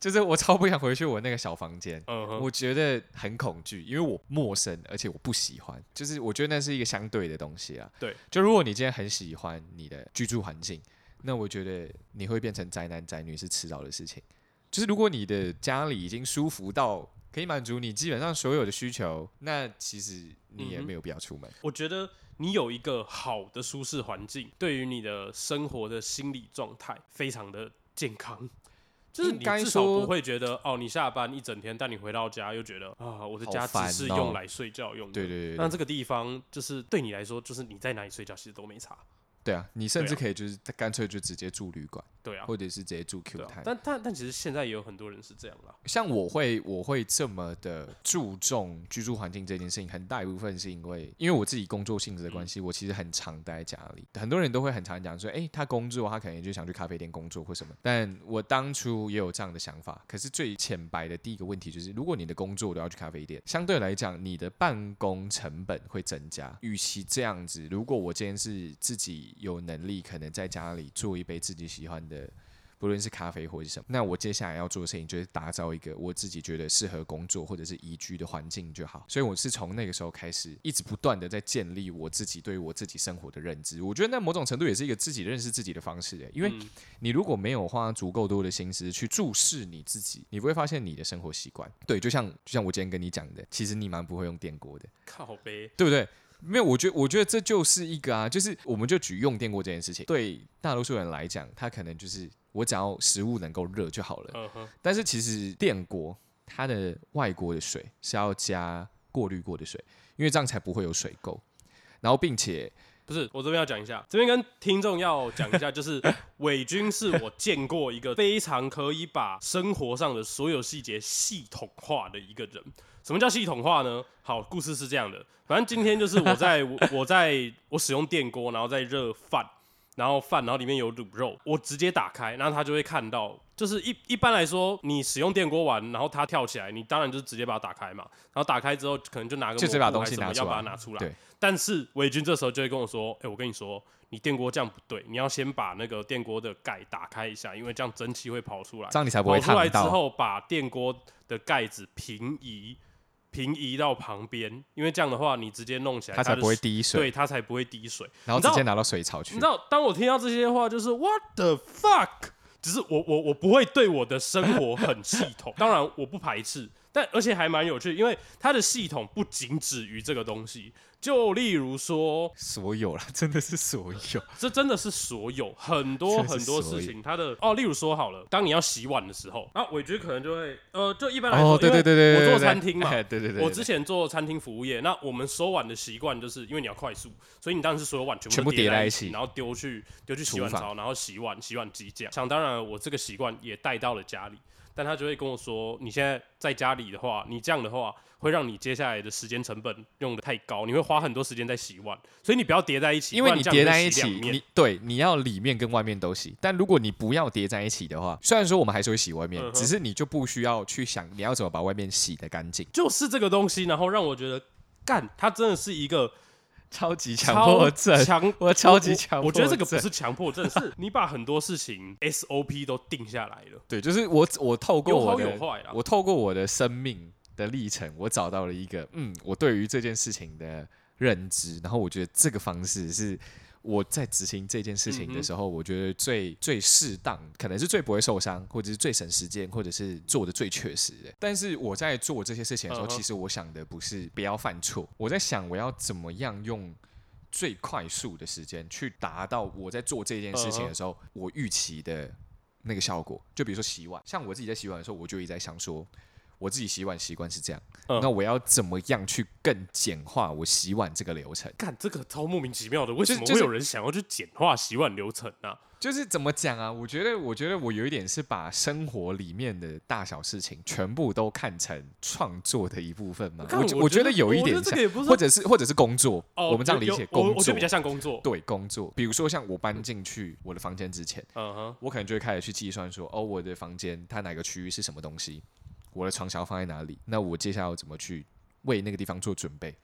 就是我超不想回去我那个小房间， 嗯我觉得很恐惧，因为我陌生，而且我不喜欢，就是我觉得那是一个相对的东西啊。 对， 就如果你今天很喜欢你的居住环境，那我觉得你会变成宅男宅女是迟早的事情。就是如果你的家里已经舒服到可以满足你基本上所有的需求，那其实你也没有必要出门。 我觉得你有一个好的舒适环境，对于你的生活的心理状态非常的健康。就是你至少不会觉得哦，你下班一整天，但你回到家又觉得啊，我的家只是用来睡觉用的。 对。 那这个地方就是对你来说，就是你在哪里睡觉其实都没差。 对啊，你甚至可以就是干脆就直接住旅馆， 对啊， 或者是直接住 Q 台。 但其实现在也有很多人是这样啦。 像我会这么的注重居住环境这件事情，很大一部分是因为我自己工作性质的关系，我其实很常待在家里。很多人都会很常讲说，他工作，他可能就想去咖啡店工作或什么。但我当初也有这样的想法，可是最浅白的第一个问题就是，如果你的工作都要去咖啡店，相对来讲，你的办公成本会增加。与其这样子，如果我今天是自己有能力，可能在家里做一杯自己喜欢的，不论是咖啡或是什么，那我接下来要做的事情就是打造一个我自己觉得适合工作或者是宜居的环境就好。所以我是从那个时候开始，一直不断的在建立我自己对于我自己生活的认知。我觉得那某种程度也是一个自己认识自己的方式，因为你如果没有花足够多的心思去注视你自己，你不会发现你的生活习惯。对，就像我今天跟你讲的，其实你蛮不会用电锅的， 靠杯， 对不对？没有，我觉得这就是一个就是我们就举用电锅这件事情，对大多数人来讲，他可能就是我只要食物能够热就好了。但是其实电锅它的外锅的水是要加过滤过的水，因为这样才不会有水垢。然后并且不是，我这边要讲一下，这边跟听众要讲一下，就是伟君是我见过一个非常可以把生活上的所有细节系统化的一个人。什么叫系统化呢？好，故事是这样的，反正今天就是我使用电锅，然后再热饭，然后里面有卤肉，我直接打开，然后他就会看到，就是一般来说，你使用电锅完，然后它跳起来，你当然就是直接把它打开嘛，然后打开之后可能就拿个就把东西拿出来，要把它拿出来。 对。 但是伟君这时候就会跟我说，我跟你说，你电锅这样不对，你要先把那个电锅的盖打开一下，因为这样蒸汽会跑出来， 这样你才不会烫到。 跑出来之后，把电锅的盖子平移到旁边，因为这样的话，你直接弄起来， 它才不会滴水。 对，它才不会滴水。 然后直接拿到水槽去。 你知道，当我听到这些话，就是 What the fuck， 就是我不会对我的生活很系统。当然，我不排斥，但而且还蛮有趣，因为它的系统不仅止于这个东西。就例如说， 所有啦，真的是所有， 这真的是所有很多事情，它的例如说好了，当你要洗碗的时候，那伟君可能就会就一般来说， 对， 我做餐厅嘛， 对， 我之前做餐厅服务业，那我们收碗的习惯就是因为你要快速，所以你当然是所有碗全部叠在一起，然后丢去洗碗槽，然后洗碗机这样。想当然，我这个习惯也带到了家里。但他就会跟我说，你现在在家里的话，你这样的话会让你接下来的时间成本用的太高，你会花很多时间在洗碗，所以你不要叠在一起， 因为你叠在一起，你要里面跟外面都洗。但如果你不要叠在一起的话，虽然说我们还是会洗外面，只是你就不需要去想你要怎么把外面洗得干净。 就是这个东西，然后让我觉得，它真的是一个。 超级强迫症，我超级强迫症。 我觉得这个不是强迫症，是你把很多事情 SOP 都定下来了。 对，就是我透过有好有坏啦。 我透过我的生命的历程，我找到了一个我对于这件事情的认知，然后我觉得这个方式是我在执行这件事情的时候，我觉得最适当，可能是最不会受伤，或者是最省时间，或者是做的最确实的。但是我在做这些事情的时候，其实我想的不是不要犯错，我在想我要怎么样用最快速的时间去达到我在做这件事情的时候，我预期的那个效果。就比如说洗碗，像我自己在洗碗的时候，我就一直在想说，我自己洗碗习惯是这样，那我要怎么样去更简化我洗碗这个流程？ 干，这个超莫名其妙的，为什么会有人想要去简化洗碗流程啊？ 就是怎么讲啊？我觉得我有一点是把生活里面的大小事情全部都看成创作的一部分嘛。我觉得有一点像，或者是工作。我们这样理解工作， 我觉得比较像工作。 对，工作。比如说像我搬进去我的房间之前，我可能就会开始去计算说，我的房间它哪个区域是什么东西，我的床想要放在哪里，那我接下来要怎么去为那个地方做准备。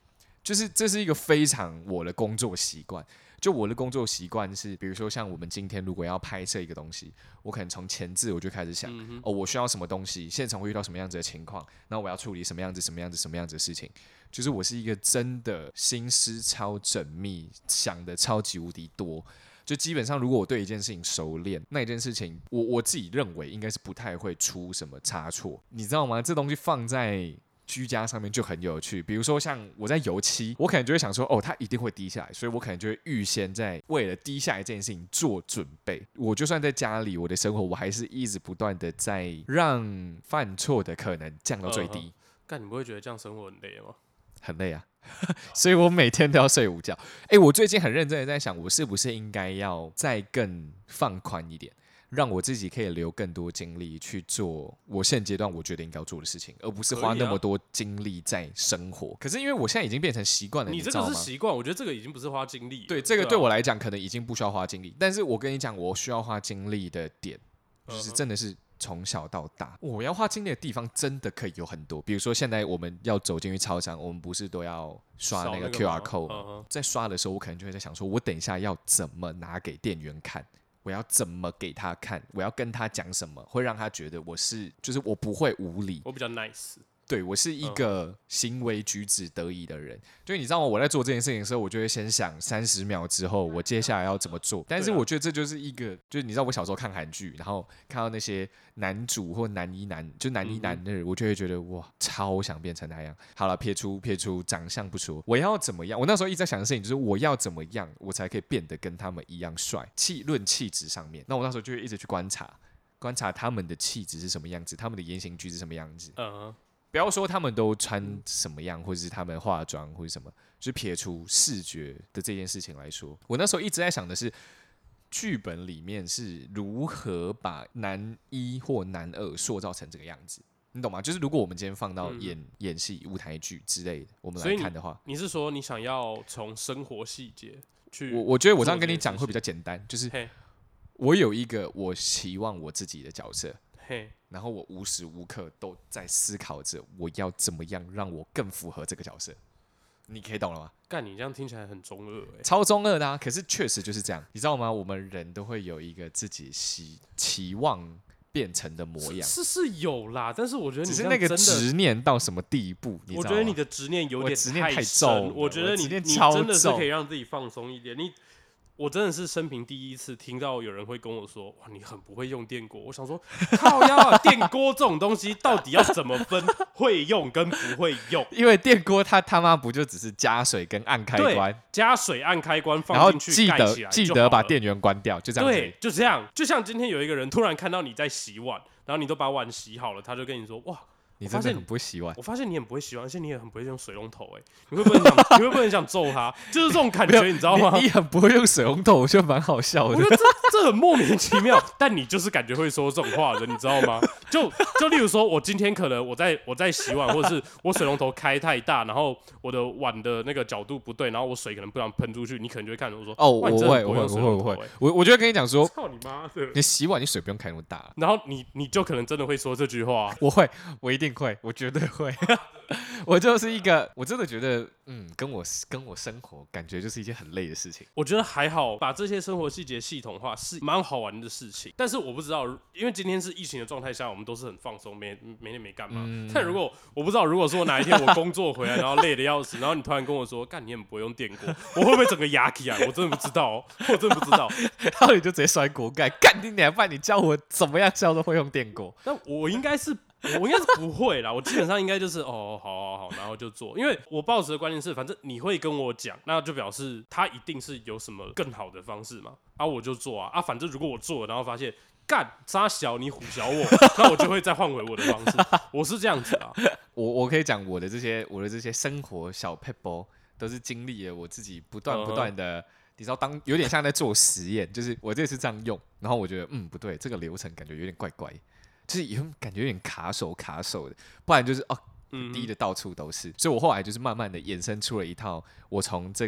就是这是一个非常我的工作习惯。就我的工作习惯是，比如说像我们今天如果要拍摄一个东西，我可能从前置我就开始想，我需要什么东西，现场会遇到什么样子的情况，然后我要处理什么样子的事情。就是我是一个真的心思超缜密，想的超级无敌多。就基本上，如果我对一件事情熟练，那一件事情我自己认为应该是不太会出什么差错，你知道吗？这东西放在居家上面就很有趣，比如说像我在油漆，我可能就会想说，它一定会滴下来，所以我可能就会预先在为了滴下来这件事情做准备。我就算在家里，我的生活我还是一直不断的在让犯错的可能降到最低。 干，你不会觉得这样生活很累吗？ 很累啊，所以我每天都要睡午觉。我最近很认真的在想，我是不是应该要再更放宽一点，让我自己可以留更多精力去做我现阶段我觉得应该要做的事情，而不是花那么多精力在生活。可是因为我现在已经变成习惯了， 你这个是习惯，我觉得这个已经不是花精力了。 对，这个对我来讲可能已经不需要花精力，但是我跟你讲，我需要花精力的点，就是真的是从小到大，我要花精力的地方真的可以有很多。比如说现在我们要走进去超商，我们不是都要刷那个 QR code 吗？在刷的时候，我可能就会在想说，我等一下要怎么拿给店员看，我要怎么给他看，我要跟他讲什么，会让他觉得就是我不会无理， 我比较 nice。 对，我是一个行为举止得宜的人。就你知道吗？我在做这件事情的时候，我就会先想30秒之后我接下来要怎么做。但是我觉得这就是一个，就是你知道我小时候看韩剧，然后看到那些男主或男一男的人，我就会觉得哇，超想变成那样。好了，撇除长相不说，我要怎么样？我那时候一直在想的事情就是我要怎么样，我才可以变得跟他们一样帅。论气质上面，那我那时候就会一直去观察他们的气质是什么样子，他们的言行举止是什么样子。不要说他们都穿什么样，或者是他们化妆或者什么，就撇除视觉的这件事情来说，我那时候一直在想的是，剧本里面是如何把男一或男二塑造成这个样子，你懂吗？就是如果我们今天放到演戏、舞台剧之类的，我们来看的话， 你是说你想要从生活细节去？ 我觉得我这样跟你讲会比较简单，就是我有一个我期望我自己的角色。然后我无时无刻都在思考着我要怎么样让我更符合这个角色，你可以懂了吗？ 干，你这样听起来很中二超中二的啊！可是确实就是这样，你知道吗？我们人都会有一个自己期望变成的模样， 是有啦，但是我觉得你只是那个执念到什么地步，你知道吗？ 我觉得你的执念有点太重， 我觉得你真的是可以让自己放松一点。我真的是生平第一次听到有人会跟我说：“哇，你很不会用电锅。”我想说，靠腰啊，电锅这种东西到底要怎么分会用跟不会用？ 因为电锅它他妈不就只是加水跟按开关， 加水按开关放进去，盖起来记得把电源关掉，就这样子。 对，就这样。就像今天有一个人突然看到你在洗碗，然后你都把碗洗好了，他就跟你说：“哇。” 你真的很不会洗碗， 我发现你很不会洗碗，而且你也很不会用水龙头，你会不会很想揍他？就是这种感觉，你知道吗？ 你很不会用水龙头，我觉得蛮好笑的。 我觉得这很莫名其妙，但你就是感觉会说这种话的，你知道吗？就例如说，我今天可能我在洗碗，或者是我水龙头开太大，然后我的碗的那个角度不对，然后我水可能不想喷出去，你可能就会看着我说：“ 哦，我会。”我就跟你讲说：“ 操你妈的！ 你洗碗你水不用开那么大。” 然后你就可能真的会说这句话。 我一定会，我绝对会。我就是一个，我真的觉得，跟我生活感觉就是一件很累的事情。 我觉得还好，把这些生活细节系统化是蛮好玩的事情。但是我不知道，因为今天是疫情的状态下，我们都是很放松，每天没干嘛。但我不知道，如果说哪一天我工作回来，然后累得要死，然后你突然跟我说，干，你很不会用电锅，我会不会整个牙起来？我真的不知道，我真的不知道。 然后你就直接摔锅盖，干你娘！不然你教我怎么样叫做会用电锅？ 但我应该是不会啦，我基本上应该就是好，然后就做，因为我抱持的观念是，反正你会跟我讲，那就表示他一定是有什么更好的方式嘛，我就做啊，反正如果我做了，然后发现干傻小你唬小我，那我就会再换回我的方式，我是这样子啊。 我可以讲我的这些生活小 pebble 都是经历了我自己不断的。你知道，有点像在做实验，就是我这次这样用，然后我觉得不对，这个流程感觉有点怪怪，就是感觉有点卡手的，不然就是滴的到处都是，所以我后来就是慢慢的衍生出了一套我从这个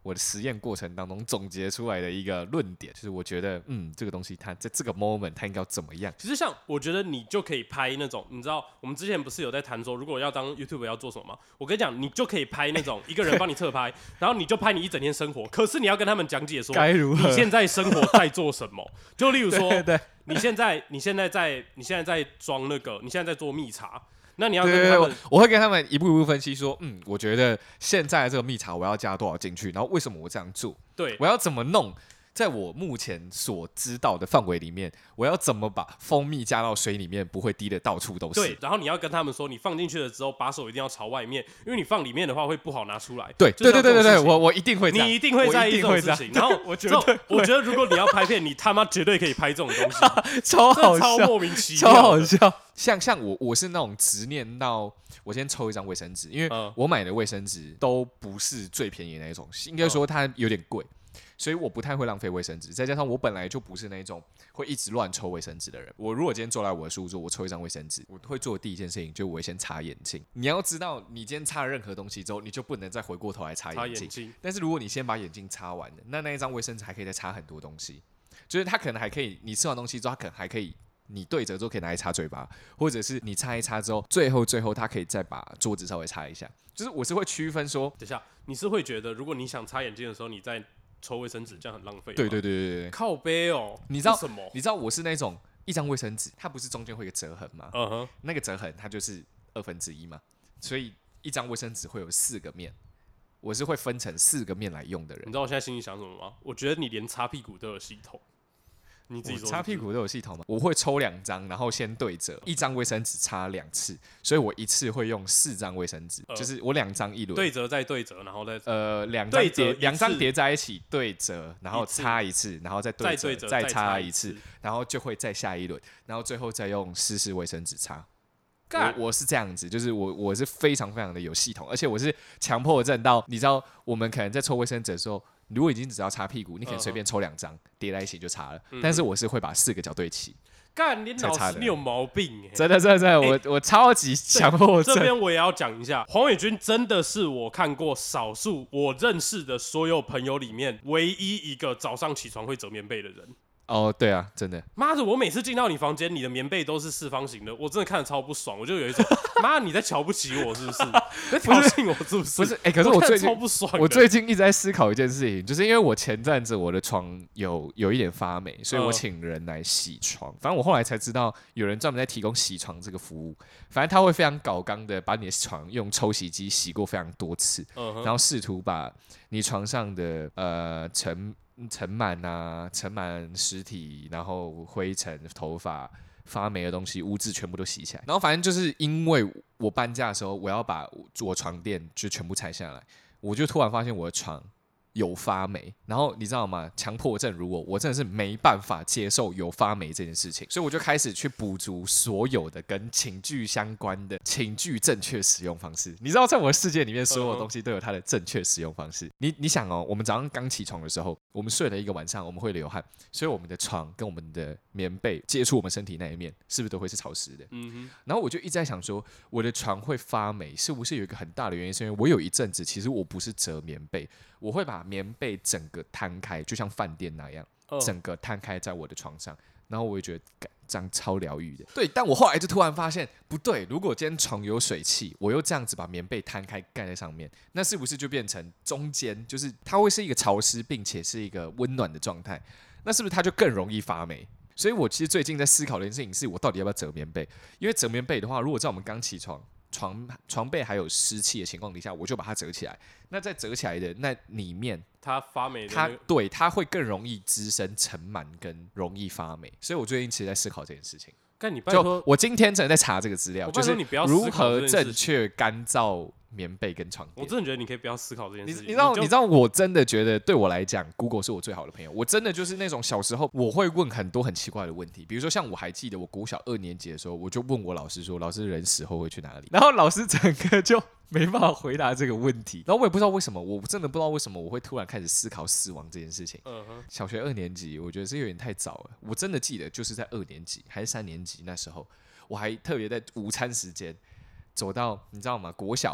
我的实验过程当中总结出来的一个论点，就是我觉得这个东西它在这个 moment 它应该要怎么样。 其实像我觉得你就可以拍那种，你知道我们之前不是有在谈说，如果要当 YouTube 要做什么吗？我跟你讲，你就可以拍那种一个人帮你侧拍，然后你就拍你一整天生活，可是你要跟他们讲解说该如何你现在生活在做什么。就例如说， 对你现在在装那个，你现在在做蜜茶。那你要对跟他们， 我会跟他们一步一步分析说，我觉得现在这个蜜茶我要加多少进去，然后为什么我这样做， 对， 我要怎么弄，在我目前所知道的范围里面，我要怎么把蜂蜜加到水里面不会滴的到处都是。 对，然后你要跟他们说，你放进去了之后，把手一定要朝外面，因为你放里面的话会不好拿出来。 对，我一定会这样， 你一定会在意这种事情。然后我觉得如果你要拍片，你他妈绝对可以拍这种东西， 超好笑， 超莫名其妙， 超好笑。像我是那种执念到我先抽一张卫生纸，因为我买的卫生纸都不是最便宜的那一种，应该说它有点贵。所以我不太会浪费卫生纸，再加上我本来就不是那种会一直乱抽卫生纸的人。我如果今天坐在我的书桌，我抽一张卫生纸，我会做的第一件事情就是我会先擦眼镜。你要知道，你今天擦了任何东西之后，你就不能再回过头来擦眼镜。但是如果你先把眼镜擦完了，那一张卫生纸还可以再擦很多东西，就是它可能还可以，你吃完东西之后，它可能还可以。你对折之后可以拿来擦嘴巴，或者是你擦一擦之后，最后它可以再把桌子稍微擦一下。就是我是会区分说， 等一下，你是会觉得如果你想擦眼镜的时候，你在抽卫生纸，这样很浪费。 对， 靠背哦， 你知道什么？ 你知道我是那种一张卫生纸，它不是中间会有个折痕吗？那个折痕它就是1/2嘛，所以一张卫生纸会有4个面，我是会分成4个面来用的人。 你知道我现在心里想什么吗？我觉得你连擦屁股都有系统。你自己说擦屁股都有系统吗？我会抽2张，然后先对折，一张卫生纸擦2次，所以我一次会用4张卫生纸，就是我2张一轮， 对折再对折，然后再两张叠在一起对折，然后擦一次，然后再对折，再擦一次，然后就会再下一轮，然后最后再用湿卫生纸擦。我是这样子，就是我是非常非常的有系统，而且我是强迫症到，你知道我们可能在抽卫生纸的时候。如果已经只要擦屁股，你可能随便抽2张叠在一起就擦了。但是我是会把4个角对齐。 干，你老师你有毛病真的，我超级强迫症。 这边我也要讲一下，黄伟君真的是我看过少数我认识的所有朋友里面唯一一个早上起床会折棉被的人。 对啊，真的。 妈的，我每次进到你房间，你的棉被都是4方形的，我真的看得超不爽。我就有一种，妈，你在瞧不起我是不是？在挑衅我是不是？ 不是，可是我最近超不爽。 我最近一直在思考一件事情，就是因为我前阵子我的床有一点发霉，所以我请人来洗床。反正我后来才知道，有人专门在提供洗床这个服务。反正他会非常搞刚的把你的床用抽洗机洗过非常多次，然后试图把你床上的尘螨尸体，然后灰尘、头发、发霉的东西、污渍全部都洗起来。然后反正就是因为我搬家的时候，我要把我床垫就全部拆下来，我就突然发现我的床有发霉。然后你知道吗？强迫症如我真的是没办法接受有发霉这件事情，所以我就开始去补足所有的跟寝具相关的寝具正确使用方式。你知道，在我的世界里面，所有东西都有它的正确使用方式。你想哦，我们早上刚起床的时候，我们睡了一个晚上，我们会流汗，所以我们的床跟我们的棉被接触我们身体那一面，是不是都会是潮湿的？然后我就一直在想说，我的床会发霉，是不是有一个很大的原因？是因为我有一阵子，其实我不是折棉被，我会把棉被整个摊开，就像饭店那样，整个摊开在我的床上，然后我也觉得这样超疗愈的。对，但我后来就突然发现不对，如果今天床有水汽，我又这样子把棉被摊开盖在上面，那是不是就变成中间就是它会是一个潮湿并且是一个温暖的状态？那是不是它就更容易发霉？所以我其实最近在思考的一件事情是，我到底要不要折棉被？因为折棉被的话，如果在我们刚起床被还有湿气的情况底下，我就把它折起来。那在折起来的那里面， 它发霉的、 它会更容易滋生尘螨跟容易发霉。所以我最近其实在思考这件事情。 干你拜托， 我今天真的在查这个资料，就是如何正确干燥棉被跟床垫。 我真的觉得你可以不要思考这件事情。 你知道，我真的觉得对我来讲 ，Google 是我最好的朋友。我真的就是那种小时候我会问很多很奇怪的问题，比如说像我还记得我国小2年级的时候，我就问我老师说，老师人死后会去哪里？然后老师整个就没办法回答这个问题。然后我也不知道为什么，我真的不知道为什么我会突然开始思考死亡这件事情。小学2年级，我觉得是有点太早了。我真的记得就是在2年级还是3年级那时候，我还特别在午餐时间走到，你知道吗？国小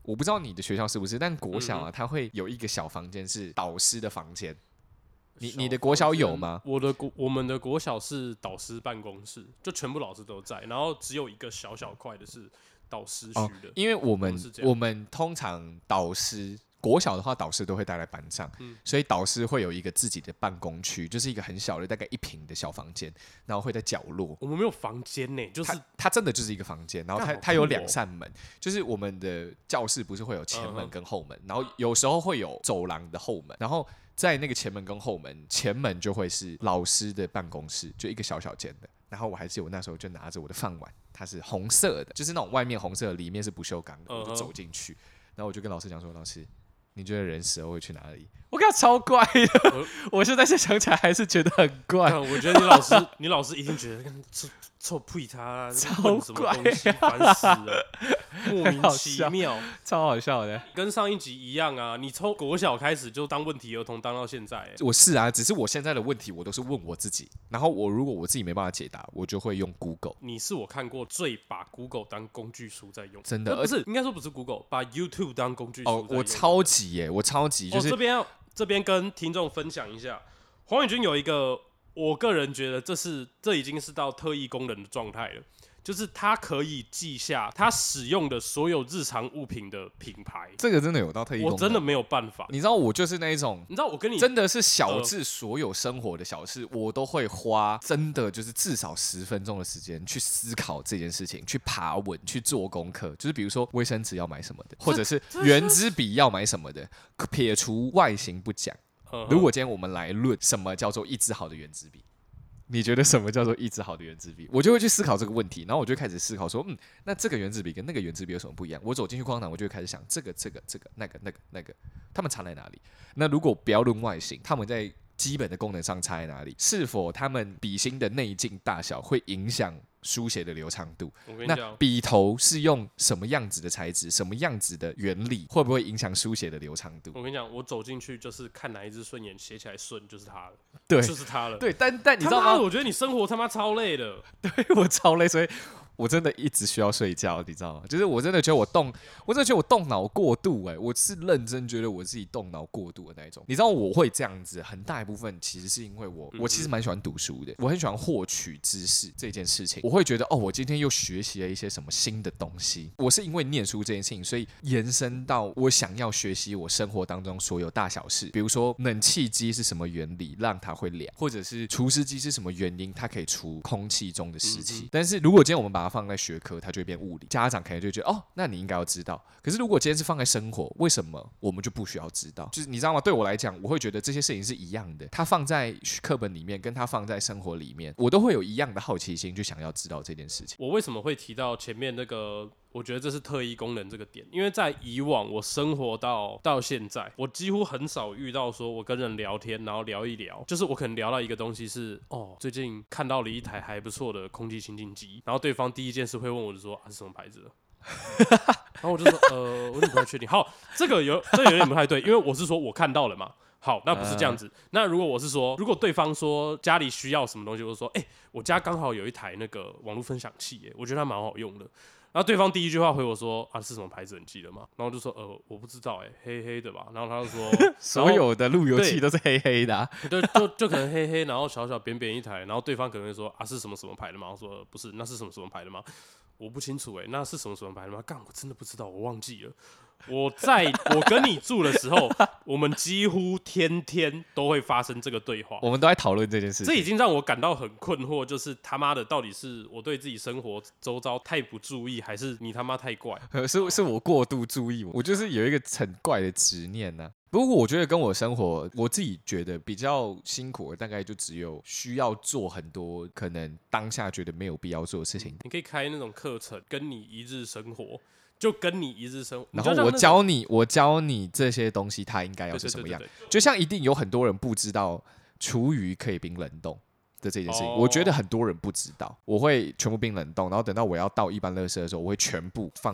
我不知道你的学校是不是，但国小啊，它会有一个小房间是导师的房间。你的国小有吗？ 我们的国小是导师办公室，就全部老师都在，然后只有一个小小块的是导师区的。 因为我们通常导师。国小的话，导师都会带来班上，所以导师会有一个自己的办公区，就是一个很小的，大概1坪的小房间，然后会在角落。 我们没有房间呢，就是它真的就是一个房间，然后它有2扇门，就是我们的教室不是会有前门跟后门，然后有时候会有走廊的后门，然后在那个前门跟后门，前门就会是老师的办公室，就一个小小间的。然后我还记得我那时候就拿着我的饭碗，它是红色的，就是那种外面红色的，里面是不锈钢的，我就走进去，然后我就跟老师讲说，老师。你觉得人死后会去哪里？我看超怪的，我现在想起来还是觉得很怪。 我觉得你老师一定觉得臭屁他超怪， 烦死了，莫名其妙， 超好笑的。 跟上一集一样啊，你从国小开始就当问题儿童当到现在。 我是啊，只是我现在的问题我都是问我自己，然后如果我自己没办法解答，我就会用 Google。 你是我看过最把 Google 当工具书在用， 真的， 不是应该说不是 Google， 把 YouTube 当工具书在用。 我超级耶，我超级就是这边跟听众分享一下，黄宇君有一个，我个人觉得这已经是到特异功能的状态了，就是他可以记下他使用的所有日常物品的品牌。 这个真的有到特异功能， 我真的没有办法。 你知道我就是那一种， 你知道我跟你真的是小至所有生活的小事，我都会花真的就是至少10分钟的时间去思考这件事情，去爬文，去做功课。就是比如说卫生纸要买什么的，或者是原子笔要买什么的，撇除外形不讲。如果今天我们来论什么叫做一支好的原子笔，你觉得什么叫做一支好的原子笔？我就会去思考这个问题，然后我就开始思考说，那这个原子笔跟那个原子笔有什么不一样？我走进去光堂，我就会开始想，这个，那个，他们差在哪里？那如果不要论外形，他们在基本的功能上差在哪里？是否他们笔芯的内径大小会影响书写的流畅度？那笔头是用什么样子的材质，什么样子的原理，会不会影响书写的流畅度？ 我跟你讲，我走进去就是看哪一支顺眼，写起来顺就是它了， 对， 就是它了。 对，但你知道吗？ 我觉得你生活他妈超累的， 对我超累，所以我真的一直需要睡觉，你知道吗？就是我真的觉得我动脑过度，我是认真觉得我自己动脑过度的那一种。你知道我会这样子，很大一部分其实是因为我其实蛮喜欢读书的，我很喜欢获取知识这件事情。我会觉得我今天又学习了一些什么新的东西。我是因为念书这件事情，所以延伸到我想要学习我生活当中所有大小事，比如说冷气机是什么原理让它会凉，或者是除湿机是什么原因它可以除空气中的湿气。但是如果今天我们把它放在学科，它就会变物理，家长可能就觉得那你应该要知道。可是如果今天是放在生活，为什么我们就不需要知道？就是你知道吗？对我来讲，我会觉得这些事情是一样的，它放在课本里面，跟它放在生活里面，我都会有一样的好奇心，就想要知道这件事情。 我为什么会提到前面那个？我觉得这是特异功能这个点，因为在以往我生活到现在，我几乎很少遇到说我跟人聊天，然后聊一聊，就是我可能聊到一个东西是最近看到了一台还不错的空气清净机，然后对方第一件事会问我就说是什么牌子的，然后我就说我有点不太确定。好，这有点不太对，因为我是说我看到了嘛。好，那不是这样子。那如果对方说家里需要什么东西，我就说我家刚好有一台那个网络分享器，我觉得它蛮好用的。然后对方第一句话回我说是什么牌子你记得吗？然后我就说我不知道黑黑的吧。然后他就说所有的路由器都是黑黑的对，就可能黑黑，然后小小扁扁一台。然后对方可能会说是什么什么牌的吗？我说不是，那是什么什么牌的吗？我不清楚那是什么什么牌的吗？干，我真的不知道，我忘记了。我跟你住的时候，我们几乎天天都会发生这个对话， 我们都在讨论这件事情。 这已经让我感到很困惑，就是他妈的，到底是我对自己生活周遭太不注意，还是你他妈太怪？ 是我过度注意，我就是有一个很怪的执念呢。不过我觉得跟我生活，我自己觉得比较辛苦的，大概就只有需要做很多可能当下觉得没有必要做的事情。 你可以开那种课程，跟你一日生活。就跟你一日生活， 然后我教你这些东西，它应该要是什么样。就像一定有很多人不知道厨余可以冰冷冻的这件事情，我觉得很多人不知道。我会全部冰冷冻，然后等到我要倒一般垃圾的时候，我会全部放到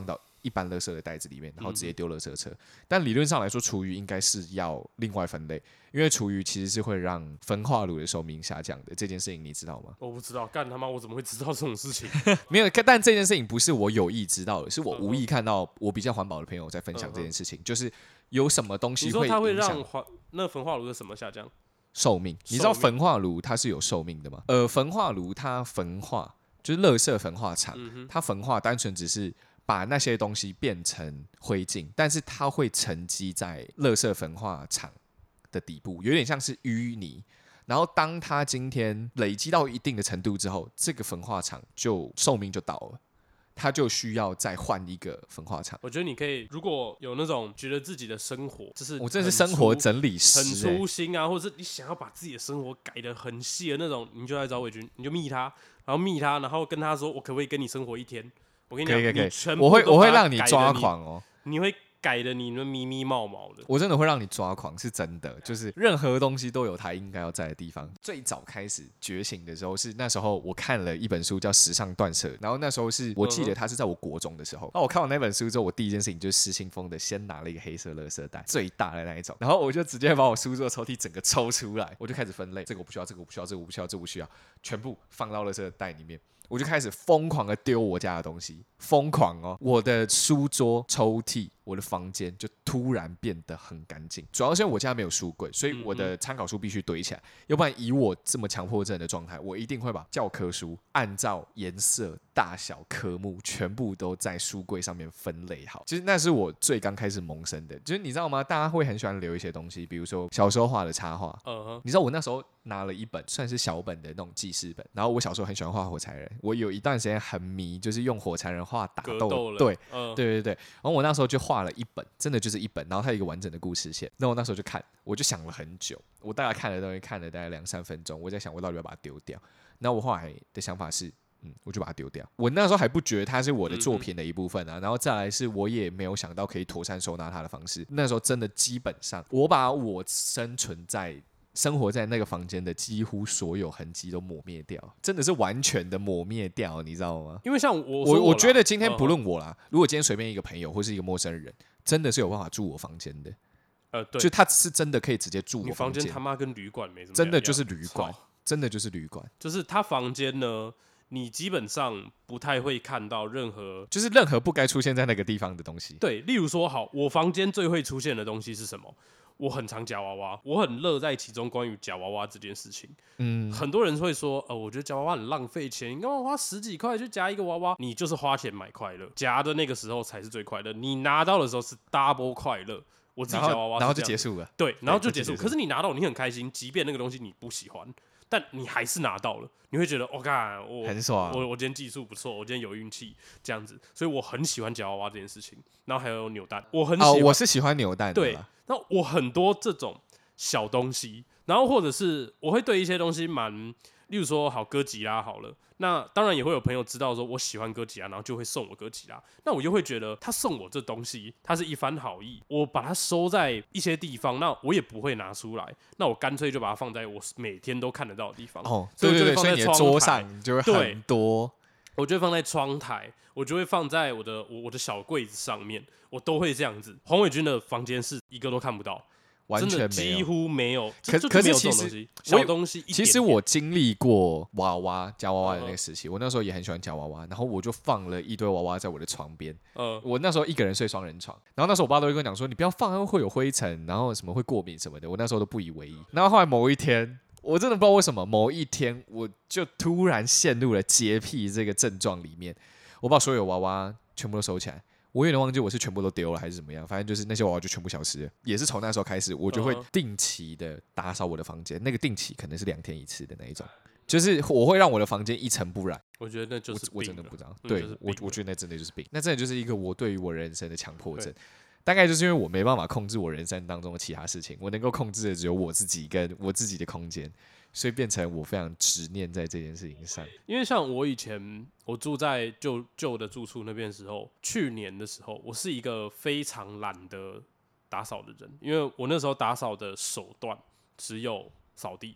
一般垃圾的袋子里面，然后直接丢垃圾车。但理论上来说，厨余应该是要另外分类，因为厨余其实是会让焚化炉的寿命下降的。这件事情你知道吗？ 我不知道，干他妈我怎么会知道这种事情？ 没有，但这件事情不是我有意知道的，是我无意看到我比较环保的朋友在分享这件事情，就是有什么东西会影响。 你说它会让那焚化炉的什么下降？ 寿命。你知道焚化炉它是有寿命的吗？焚化炉它焚化就是垃圾焚化厂，它焚化单纯只是把那些东西变成灰烬，但是它会沉积在垃圾焚化厂的底部，有点像是淤泥。然后当它今天累积到一定的程度之后，这个焚化厂就寿命就到了。他就需要再换一个焚化厂。 我觉得你可以，如果有那种觉得自己的生活就是我真的是生活整理师、 很粗心啊，或者是你想要把自己的生活改得很细的那种，你就来找伟君，你就密他，然后跟他说，我可不可以跟你生活一天？我跟你讲， 可以，我会让你抓狂哦， 你会改的你们咪咪毛毛的， 我真的会让你抓狂，是真的。就是任何东西都有它应该要在的地方。最早开始觉醒的时候是那时候我看了一本书叫《时尚断舍》，然后那时候是我记得它是在我国中的时候。那我看完那本书之后，我第一件事情就是失心疯的先拿了一个黑色垃圾袋，最大的那一种，然后我就直接把我书桌抽屉整个抽出来，我就开始分类，这个我不需要，这个我不需要，这个我不需要，这个我不需要，全部放到垃圾袋里面。我就开始疯狂的丢我家的东西，疯狂哦！我的书桌、抽屉、我的房间就突然变得很干净。主要是因为我家没有书柜，所以我的参考书必须堆起来，要不然以我这么强迫症的状态，我一定会把教科书按照颜色、大小、科目全部都在书柜上面分类好。其实那是我最刚开始萌生的，就是你知道吗？大家会很喜欢留一些东西，比如说小时候画的插画。你知道我那时候拿了一本算是小本的那种记事本，然后我小时候很喜欢画火柴人，我有一段时间很迷，就是用火柴人画打斗，对，然后我那时候就画了一本，真的就是一本，然后它有一个完整的故事线。那我那时候就看，我就想了很久，我大概看了东西看了大概2-3分钟，我在想我到底要把它丢掉。那我后来的想法是，我就把它丢掉。我那时候还不觉得它是我的作品的一部分啊，然后再来是我也没有想到可以妥善收纳它的方式。那时候真的基本上，我把我生活在那个房间的几乎所有痕迹都抹灭掉，真的是完全的抹灭掉，你知道吗？ 因为像我觉得今天不论我啦，如果今天随便一个朋友或是一个陌生人，真的是有办法住我房间的。 对， 就他是真的可以直接住我房间。 你房间他妈跟旅馆没什么， 真的就是旅馆，真的就是旅馆。 就是他房间呢，你基本上不太会看到任何不该出现在那个地方的东西。 对，例如说，好，我房间最会出现的东西是什么？我很常夹娃娃，我很乐在其中。关于夹娃娃这件事情，很多人会说，我觉得夹娃娃很浪费钱，你干嘛花10几块去夹一个娃娃？你就是花钱买快乐，夹的那个时候才是最快乐，你拿到的时候是 double 快乐。我自己夹娃娃， 然后就结束了， 对，然后就结束。可是你拿到，你很开心，即便那个东西你不喜欢，但你还是拿到了，你会觉得，我很爽。 我今天技术不错，我今天有运气，这样子，所以我很喜欢夹娃娃这件事情。然后还有扭蛋，我很喜欢， 我是喜欢扭蛋的。 对，那我很多这种小东西，然后或者是我会对一些东西例如说好哥吉拉好了，那当然也会有朋友知道说我喜欢哥吉拉，然后就会送我哥吉拉，那我就会觉得他送我这东西，他是一番好意，我把它收在一些地方，那我也不会拿出来，那我干脆就把它放在我每天都看得到的地方。 对，所以你的桌上就会很多， 我就会放在窗台，我就会放在我的小柜子上面，我都会这样子。黄伟君的房间是一个都看不到。 完全没有， 几乎没有。 可是其实小东西， 其实我经历过娃娃夹娃娃的那个时期，我那时候也很喜欢夹娃娃，然后我就放了一堆娃娃在我的床边。我那时候一个人睡双人床，然后那时候我爸都会跟我讲说，你不要放，会有灰尘，然后什么会过敏什么的。我那时候都不以为意。然后后来某一天，我真的不知道为什么，某一天我就突然陷入了洁癖这个症状里面，我把所有娃娃全部都收起来。我有点忘记我是全部都丢了还是怎么样，反正就是那些娃娃就全部消失了。也是从那时候开始，我就会定期的打扫我的房间，那个定期可能是2天1次的那一种，就是我会让我的房间一尘不染。 我觉得那就是我真的不知道，对，我觉得那真的就是病，那真的就是一个我对于我人生的强迫症。大概就是因为我没办法控制我人生当中的其他事情，我能够控制的只有我自己跟我自己的空间。所以变成我非常执念在这件事情上。 因为像我以前我住在旧的住处那边的时候，去年的时候，我是一个非常懒得打扫的人，因为我那时候打扫的手段只有扫地。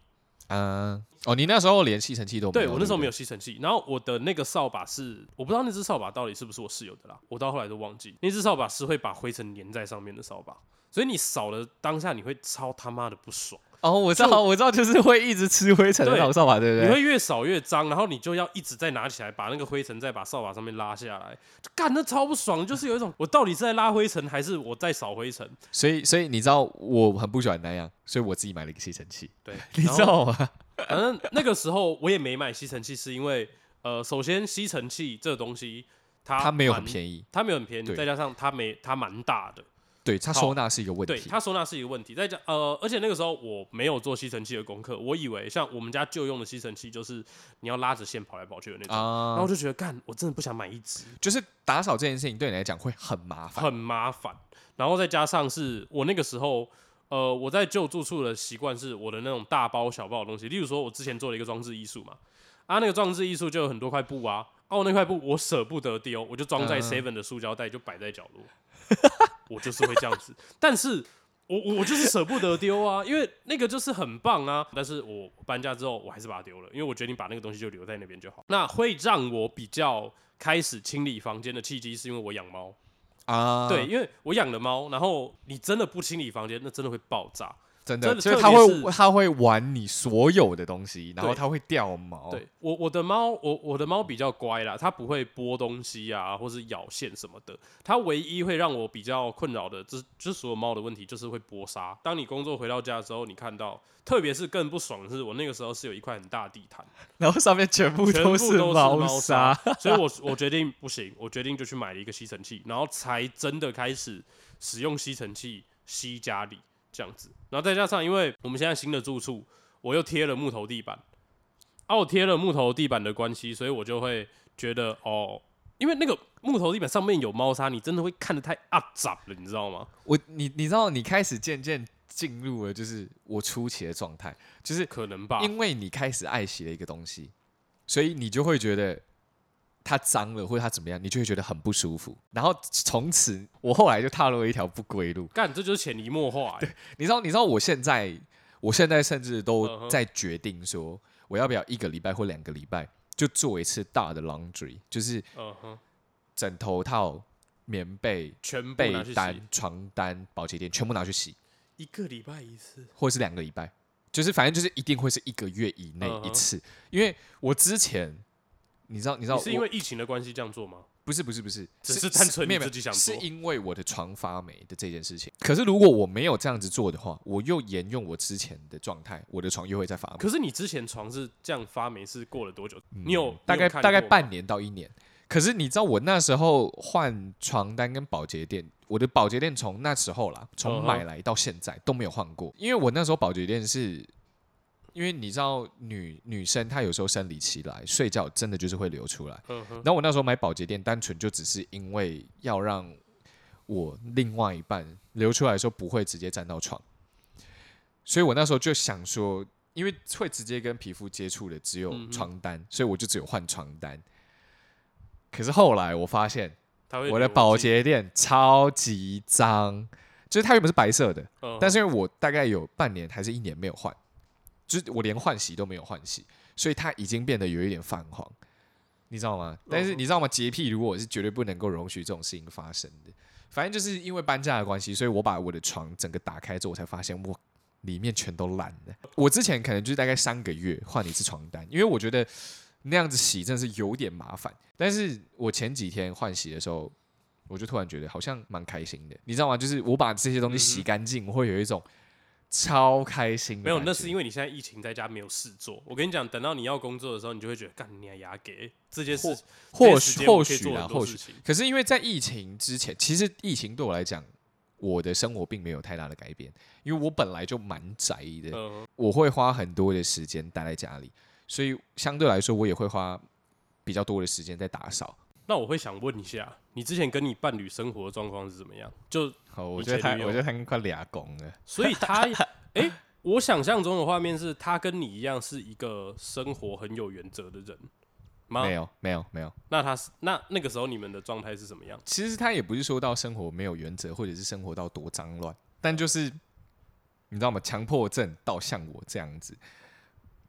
你那时候连吸尘器都没有？ 对，我那时候没有吸尘器，然后我的那个扫把是，我不知道那只扫把到底是不是我室友的啦，我到后来都忘记，那只扫把是会把灰尘粘在上面的扫把，所以你扫了当下你会超他妈的不爽。 我知道，就是会一直吃灰尘的那种扫把，对不对？ 你会越扫越脏，然后你就要一直再拿起来，把那个灰尘再把扫把上面拉下来，干那超不爽，就是有一种我到底是在拉灰尘还是我在扫灰尘？ 所以你知道我很不喜欢那样，所以我自己买了一个吸尘器。 对， 你知道吗？ 反正那个时候我也没买吸尘器，是因为首先吸尘器这个东西它没有很便宜， 它没有很便宜，再加上它蛮大的。 对，它收纳是一个问题。 对，它收纳是一个问题。再加而且那个时候我没有做吸尘器的功课，我以为像我们家旧用的吸尘器，就是你要拉着线跑来跑去的那种，然后我就觉得干，我真的不想买一支。 就是打扫这件事情对你来讲会很麻烦， 很麻烦。然后再加上是我那个时候，我在旧住处的习惯是我的那种大包小包的东西，例如说我之前做了一个装置艺术嘛，那个装置艺术就有很多块布啊，我那块布我舍不得丢，我就装在 7 的塑胶袋，就摆在角落。我就是会这样子，但是我就是舍不得丢啊，因为那个就是很棒啊。但是我搬家之后，我还是把它丢了，因为我决定把那个东西就留在那边就好。那会让我比较开始清理房间的契机，是因为我养猫啊。对，因为我养了猫，然后你真的不清理房间，那真的会爆炸。 真的，所以它会玩你所有的东西，然后它会掉毛。 对，我的猫比较乖啦，它不会拨东西啊，或是咬线什么的。它唯一会让我比较困扰的，就是所有猫的问题，就是会拨沙。当你工作回到家之后，你看到，特别是更不爽的是，我那个时候是有一块很大的地毯， 然后上面全部都是猫砂， 所以我决定不行，我决定就去买了一个吸尘器，然后才真的开始使用吸尘器吸家里。这样子，然后再加上，因为我们现在新的住处，我又贴了木头地板，我贴了木头地板的关系，所以我就会觉得因为那个木头地板上面有猫砂，你真的会看得太杂了，你知道吗？ 你知道，你开始渐渐进入了就是我初期的状态，就是可能吧， 因为你开始爱惜了一个东西，所以你就会觉得它脏了或者它怎么样，你就会觉得很不舒服。然后从此，我后来就踏入了一条不归路。 干，这就是潜移默化。 对，你知道，我现在甚至都在决定说，我要不要1个礼拜或2个礼拜就做一次大的 laundry， 就是枕头套、棉被、被单、床单、保洁垫全部拿去洗。 1个礼拜一次， 或者是2个礼拜，就是反正就是一定会是1个月以内一次。因为我之前。你知道， 你是因为疫情的关系这样做吗？ 不是， 只是单纯你自己想做， 是因为我的床发霉的这件事情。可是如果我没有这样子做的话，我又沿用我之前的状态，我的床又会再发霉。 可是你之前床是这样发霉是过了多久？你有大概半年到1年。可是你知道我那时候换床单跟保洁垫，我的保洁垫从那时候啦，从买来到现在都没有换过，因为我那时候保洁垫是。因为你知道女生她有时候生理期来睡觉真的就是会流出来，然后我那时候买保洁垫单纯就只是因为要让我另外一半流出来的时候不会直接沾到床，所以我那时候就想说，因为会直接跟皮肤接触的只有床单，所以我就只有换床单。可是后来我发现我的保洁垫超级脏，就是它原本是白色的，但是因为我大概有半年还是1年没有换。就是我连换洗都没有换洗，所以它已经变得有一点泛黄，你知道吗？但是你知道吗？洁癖如果我是绝对不能够容许这种事情发生的。反正就是因为搬家的关系，所以我把我的床整个打开之后，我才发现我里面全都烂了。我之前可能就是大概3个月换一次床单，因为我觉得那样子洗真的是有点麻烦。但是我前几天换洗的时候，我就突然觉得好像蛮开心的，你知道吗？就是我把这些东西洗干净，我会有一种。超开心的， 没有，那是因为你现在疫情在家没有事做。我跟你讲，等到你要工作的时候，你就会觉得，干你牙给这件事， 或许啦，或许。可是因为在疫情之前，其实疫情对我来讲，我的生活并没有太大的改变，因为我本来就蛮宅的，我会花很多的时间待在家里，所以相对来说，我也会花比较多的时间在打扫。 那我会想问一下，你之前跟你伴侣生活的状况是怎么样？ 我觉得他快俩公了， 所以他我想象中的画面是他跟你一样是一个生活很有原则的人吗？ 没有。 那个时候你们的状态是什么样？ 其实他也不是说到生活没有原则，或者是生活到多脏乱，但就是你知道吗？强迫症到像我这样子，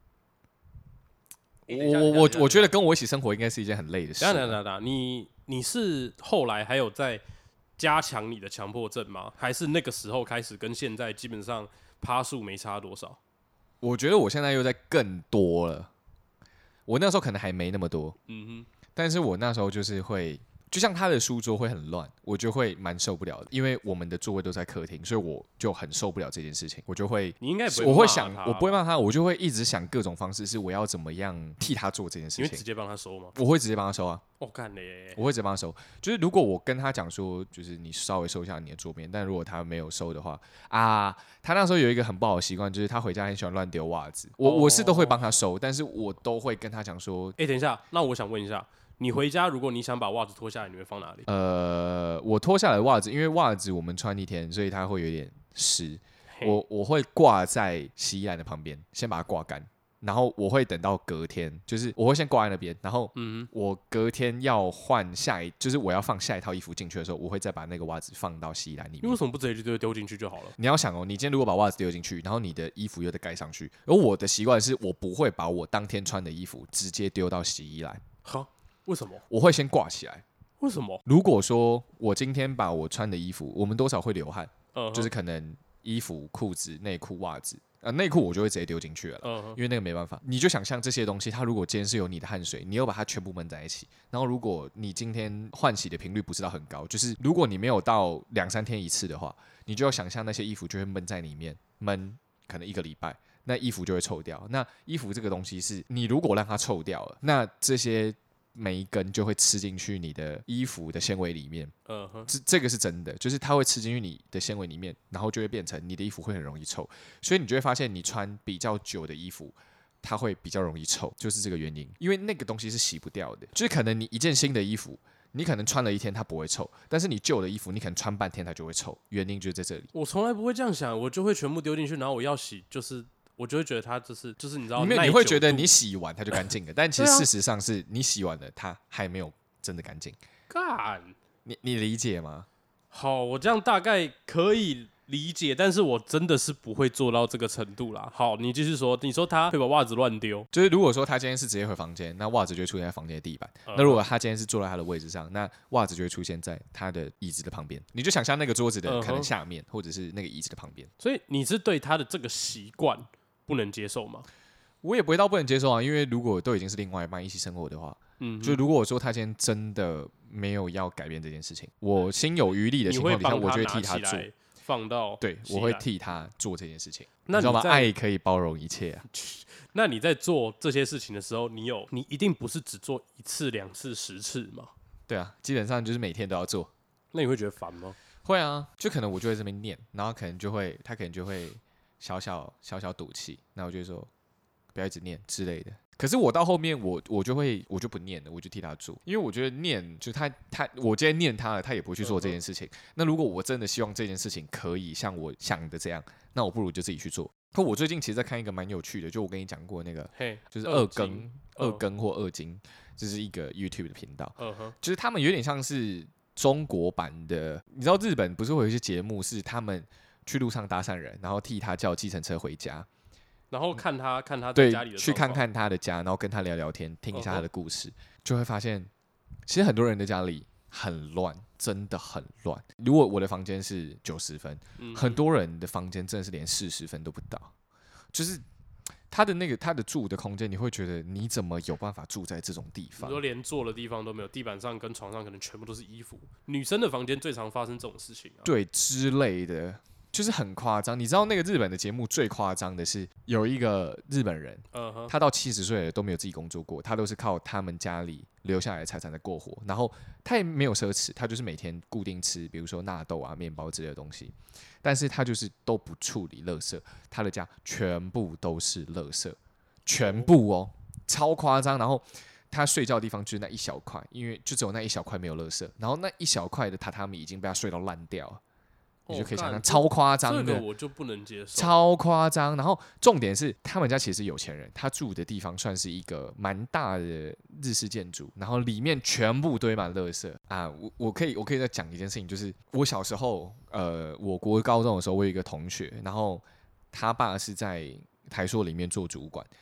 我觉得跟我一起生活应该是一件很累的事。 你是后来还有在加强你的强迫症吗？还是那个时候开始跟现在基本上趴数没差多少？ 我觉得我现在又在更多了。我那时候可能还没那么多，但是我那时候就是会。就像他的书桌会很乱，我就会蛮受不了的，因为我们的座位都在客厅，所以我就很受不了这件事情。我就会， 你应该不会， 我会想，我不会骂他，我就会一直想各种方式，是我要怎么样替他做这件事情。 你会直接帮他收吗？ 我会直接帮他收啊。 干嘞！ 我会直接帮他收。就是如果我跟他讲说，就是你稍微收一下你的桌面，但如果他没有收的话，他那时候有一个很不好的习惯，就是他回家很喜欢乱丢袜子。我是都会帮他收，但是我都会跟他讲说， 等一下，那我想问一下。你回家，如果你想把袜子脱下来，你会放哪里？ 我脱下来的袜子，因为袜子我们穿一天，所以它会有点湿。我会挂在洗衣篮的旁边，先把它挂干，然后我会等到隔天，就是我会先挂在那边，然后我隔天要换就是我要放下一套衣服进去的时候，我会再把那个袜子放到洗衣篮里面。 你为什么不直接就丢进去就好了？ 你要想哦，你今天如果把袜子丢进去，然后你的衣服又再盖上去，而我的习惯是我不会把我当天穿的衣服直接丢到洗衣篮。 好。为什么？ 我会先挂起来。 为什么？ 如果说我今天把我穿的衣服，我们多少会流汗，就是可能衣服、裤子、内裤、袜子，内裤我就会直接丢进去了，因为那个没办法。你就想象这些东西，它如果今天是有你的汗水，你又把它全部闷在一起，然后如果你今天换洗的频率不是到很高，就是如果你没有到2-3天一次的话，你就要想象那些衣服就会闷在里面，闷可能1个礼拜。那衣服就会臭掉。那衣服这个东西是你如果让它臭掉了，那这些每一根就会吃进去你的衣服的纤维里面，这个是真的，就是它会吃进去你的纤维里面，然后就会变成你的衣服会很容易臭，所以你就会发现你穿比较久的衣服，它会比较容易臭，就是这个原因，因为那个东西是洗不掉的，就是可能你一件新的衣服，你可能穿了1天它不会臭，但是你旧的衣服你可能穿半天它就会臭，原因就是在这里。 我从来不会这样想，我就会全部丢进去，然后我要洗，就是我就会觉得它就是你知道， 你会觉得你洗完它就干净了，但其实事实上是你洗完了它还没有真的干净。 干， 你理解吗？ 好，我这样大概可以理解，但是我真的是不会做到这个程度啦。好，你继续说，你说他会把袜子乱丢， 就是如果说他今天是直接回房间，那袜子就会出现在房间的地板。那如果他今天是坐在他的位置上，那袜子就会出现在他的椅子的旁边。你就想象那个桌子的可能下面，或者是那个椅子的旁边。 所以你是对他的这个习惯不能接受吗？ 我也不会到不能接受啊，因为如果都已经是另外一半一起生活的话，就如果说他今天真的没有要改变这件事情，我心有余力的情况底下，我就会替他做。 放到对，我会替他做这件事情。 那你知道吗？爱可以包容一切啊。 那你在做这些事情的时候，你一定不是只做1次、2次、10次吗？ 对啊，基本上就是每天都要做。 那你会觉得烦吗？ 会啊，就可能我就在这边念，然后他可能就会小小赌气，那我就说不要一直念之类的。可是我到后面我就不念了，我就替他做，因为我觉得念就我今天念他了，他也不会去做这件事情。那如果我真的希望这件事情可以像我想的这样，那我不如就自己去做。可我最近其实在看一个蛮有趣的，就我跟你讲过那个，就是二更或二经，这是一个 YouTube 的频道，就是他们有点像是中国版的，你知道日本不是会有一些节目是他们去路上搭讪人，然后替他叫计程车回家。 然后看他在家里的， 去看看他的家，然后跟他聊聊天，听一下他的故事，就会发现，其实很多人的家里很乱，真的很乱。如果我的房间是90分，很多人的房间真的是连40分都不到，就是他的住的空间，你会觉得你怎么有办法住在这种地方？ 你说连坐的地方都没有，地板上跟床上可能全部都是衣服。女生的房间最常发生这种事情啊， 对之类的。就是很夸张，你知道那个日本的节目最夸张的是有一个日本人，他到70岁了都没有自己工作过，他都是靠他们家里留下来的财产在过活，然后他也没有奢侈，他就是每天固定吃，比如说纳豆啊、面包之类的东西，但是他就是都不处理垃圾，他的家全部都是垃圾，全部哦，超夸张，然后。他睡觉的地方就是那一小块，因为就只有那一小块没有垃圾，然后那一小块的榻榻米已经被他睡到烂掉了。你就可以想象超夸张的， 这个我就不能接受， 超夸张。然后重点是，他们家其实是有钱人，他住的地方算是一个蛮大的日式建筑，然后里面全部堆满垃圾啊！我可以再讲一件事情，就是我小时候，我国高中的时候，我有一个同学，然后他爸是在台塑里面做主管，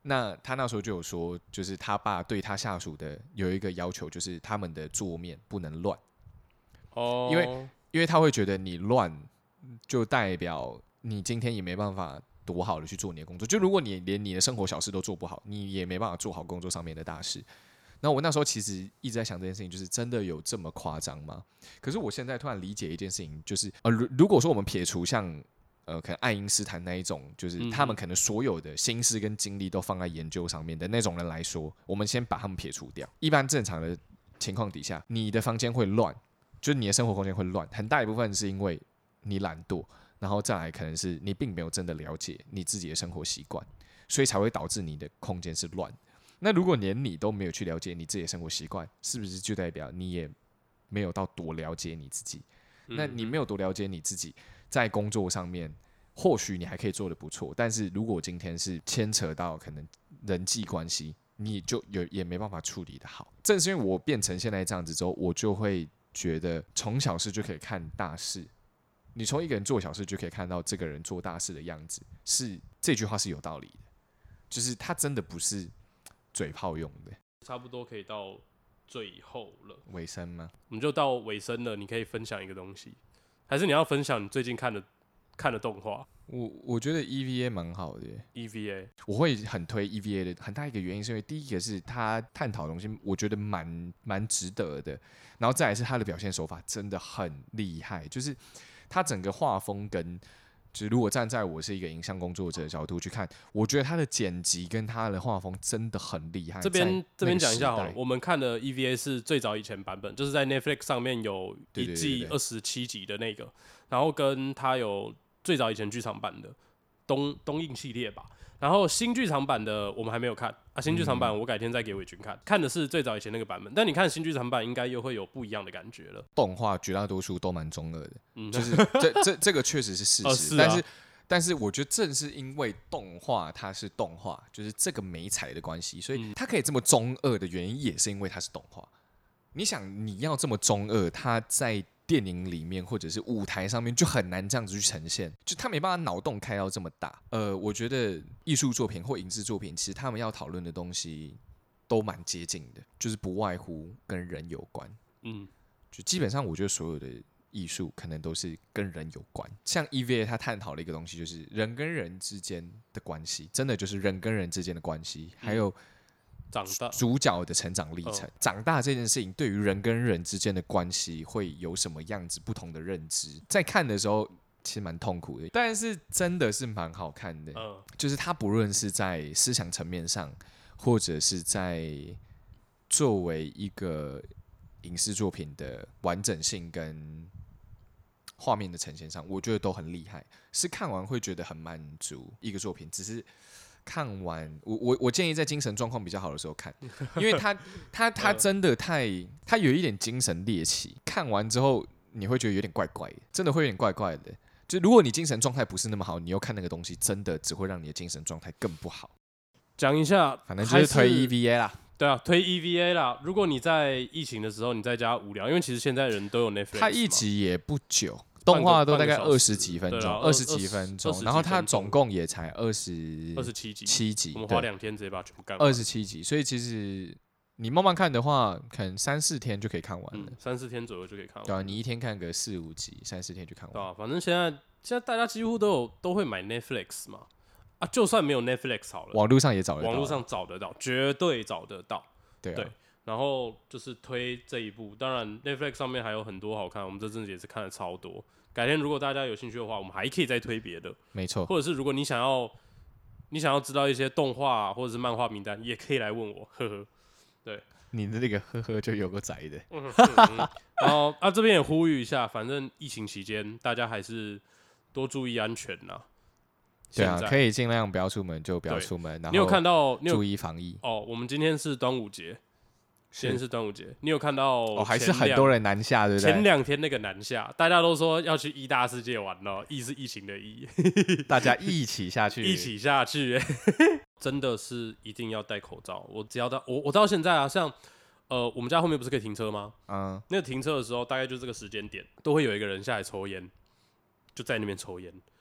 那他那时候就有说，就是他爸对他下属的有一个要求，就是他们的桌面不能乱。 哦， 因为他会觉得你乱，就代表你今天也没办法多好的去做你的工作。就如果你连你的生活小事都做不好，你也没办法做好工作上面的大事。那我那时候其实一直在想这件事情，就是真的有这么夸张吗？可是我现在突然理解一件事情，就是如果说我们撇除像可能爱因斯坦那一种，就是他们可能所有的心思跟精力都放在研究上面的那种人来说，我们先把他们撇除掉。一般正常的情况底下，你的房间会乱，就是你的生活空间会乱，很大一部分是因为你懒惰，然后再来可能是你并没有真的了解你自己的生活习惯，所以才会导致你的空间是乱。那如果连你都没有去了解你自己的生活习惯，是不是就代表你也没有到多了解你自己？那你没有多了解你自己，在工作上面，或许你还可以做得不错，但是如果今天是牵扯到可能人际关系，你就也没办法处理得好。正是因为我变成现在这样子之后，我就会觉得从小事就可以看大事。你从一个人做小事就可以看到这个人做大事的样子，是这句话是有道理的，就是他真的不是嘴炮用的。 差不多可以到最后了， 尾声吗？ 我们就到尾声了。你可以分享一个东西，还是你要分享你最近看的动画我觉得 EVA 蛮好的耶。 ？EVA 我会很推 EVA 的很大一个原因是因为第一个是他探讨的东西，我觉得蛮值得的，然后再来是他的表现手法真的很厉害，就是他整个画风跟。就是如果站在我是一个影像工作者的角度去看，我觉得他的剪辑跟他的画风真的很厉害。 这边讲一下好了，我们看的 EVA 是最早以前版本，就是在 Netflix 上面有一季27集的那个，然后跟他有最早以前剧场版的东映系列吧。然后新剧场版的我们还没有看啊，新剧场版我改天再给伟君看，看的是最早以前那个版本，但你看新剧场版应该又会有不一样的感觉了。 动画绝大多数都蛮中二的，就是这个确实是事实，但是我觉得正是因为动画它是动画，就是这个媒材的关系，所以它可以这么中二的原因也是因为它是动画。你想你要这么中二，它在电影里面或者是舞台上面就很难这样子去呈现，就他没办法脑洞开到这么大。我觉得艺术作品或影视作品，其实他们要讨论的东西都蛮接近的，就是不外乎跟人有关。就基本上我觉得所有的艺术可能都是跟人有关。像 EVA 他探讨的一个东西，就是人跟人之间的关系，真的就是人跟人之间的关系，还有长大主角的成长历程，长大这件事情对于人跟人之间的关系会有什么样子不同的认知？在看的时候其实蛮痛苦的，但是真的是蛮好看的。就是它不论是在思想层面上，或者是在作为一个影视作品的完整性跟画面的呈现上，我觉得都很厉害，是看完会觉得很满足一个作品，只是。看完，我建议在精神状况比较好的时候看，因为他真的他有一点精神猎奇，看完之后你会觉得有点怪怪的，真的会有点怪怪的。就如果你精神状态不是那么好，你又看那个东西，真的只会让你的精神状态更不好。 讲一下， 反正就是推 EVA 啦。 对啊，推 EVA 啦。如果你在疫情的时候你在家无聊，因为其实现在人都有 Netflix， 它一集也不久。动画都大概20几分钟，20几分钟，然后它总共也才27集， 我们花2天直接把它全部干完。27集，所以其实你慢慢看的话，可能3-4天就可以看完了 ，3-4天左右就可以看完。 对啊，你一天看个4-5集，3-4天就看完。 对啊，反正现在大家几乎都会买 Netflix 嘛，啊，就算没有 Netflix 好了， 网络上也找得到， 网络上找得到，绝对找得到。 对。 然后就是推这一部，当然 Netflix 上面还有很多好看，我们这阵子也是看了超多。改天如果大家有兴趣的话，我们还可以再推别的， 没错。 或者是如果你想要知道一些动画或者是漫画名单，也可以来问我，呵呵。对， 你的那个呵呵就有个宅的。 然后这边也呼吁一下，反正疫情期间大家还是多注意安全啦。 对啊，可以尽量不要出门就不要出门，然后你有看到注意防疫哦。我们今天是端午节。今天是端午节，你有看到？ 还是很多人南下，对不对？ 前2天那个南下，大家都说要去一大世界玩了，疫是疫情的疫， 大家一起下去， 一起下去，真的是一定要戴口罩。我只要我到现在啊，像我们家后面不是可以停车吗？那个停车的时候，大概就这个时间点，都会有一个人下来抽烟，就在那边抽烟。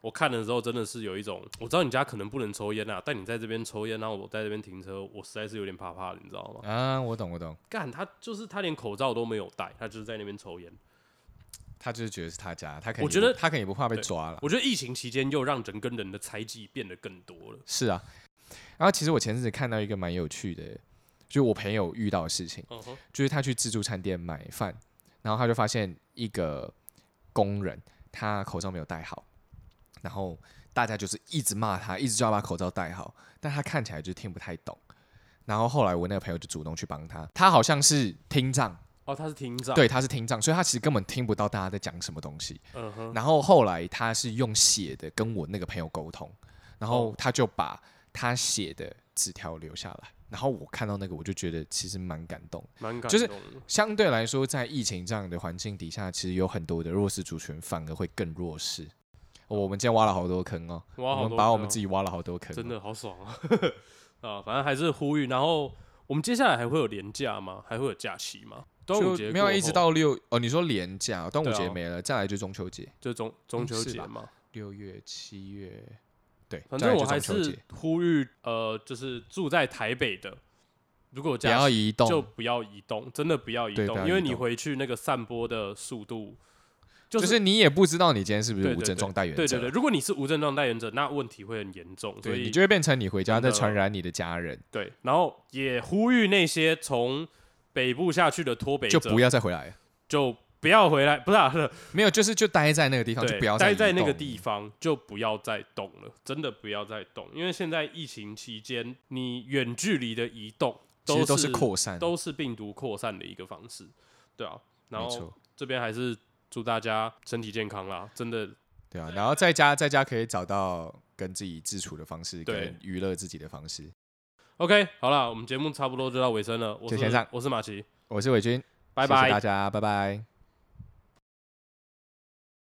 我看的时候真的是有一种，我知道你家可能不能抽烟啊，但你在这边抽烟，然后我在这边停车，我实在是有点怕怕的，你知道吗？ 啊，我懂。 干，他连口罩都没有戴，他就是在那边抽烟。 他就是觉得是他家， 我觉得他可能也不怕被抓了。 我觉得疫情期间又让人跟人的猜忌变得更多了。 是啊，然后其实我前阵子看到一个蛮有趣的，就是我朋友遇到的事情，就是他去自助餐店买饭，然后他就发现一个工人他口罩没有戴好，然后大家就是一直骂他，一直叫他把口罩戴好，但他看起来就听不太懂。然后后来我那个朋友就主动去帮他，他好像是听障。 哦，他是听障， 对，他是听障，所以他其实根本听不到大家在讲什么东西。然后后来他是用写的跟我那个朋友沟通，然后他就把他写的纸条留下来。然后我看到那个，我就觉得其实蛮感动，就是相对来说，在疫情这样的环境底下，其实有很多的弱势族群反而会更弱势。我们今天挖了好多坑哦，我们把我们自己挖了好多坑， 真的好爽啊！啊，反正还是呼吁。然后我们接下来还会有连假吗？还会有假期吗？端午节没有一直到你说连假，端午节没了，再来就中秋节， 就中秋节嘛 ，6月、7月，对， 反正我还是呼吁，就是住在台北的，如果不要移动， 就不要移动，真的不要移动，因为你回去那个散播的速度， 就是你也不知道你今天是不是无症状带原者。 对，如果你是无症状带原者，那问题会很严重，所以你就会变成你回家再传染你的家人。 对，然后也呼吁那些从北部下去的脱北者， 就不要再回来了， 就不要回来，不是没有，就待在那个地方，就不要再待在那个地方，就不要再动了，真的不要再动，因为现在疫情期间，你远距离的移动其实都是扩散， 都是病毒扩散的一个方式，对啊。然后这边还是祝大家身体健康啦，真的。 对啊，然后在家可以找到跟自己自处的方式，跟娱乐自己的方式。 OK， 好了，我们节目差不多就到尾声了。我是马奇， 我是伟君， 拜拜， 谢谢大家，拜拜。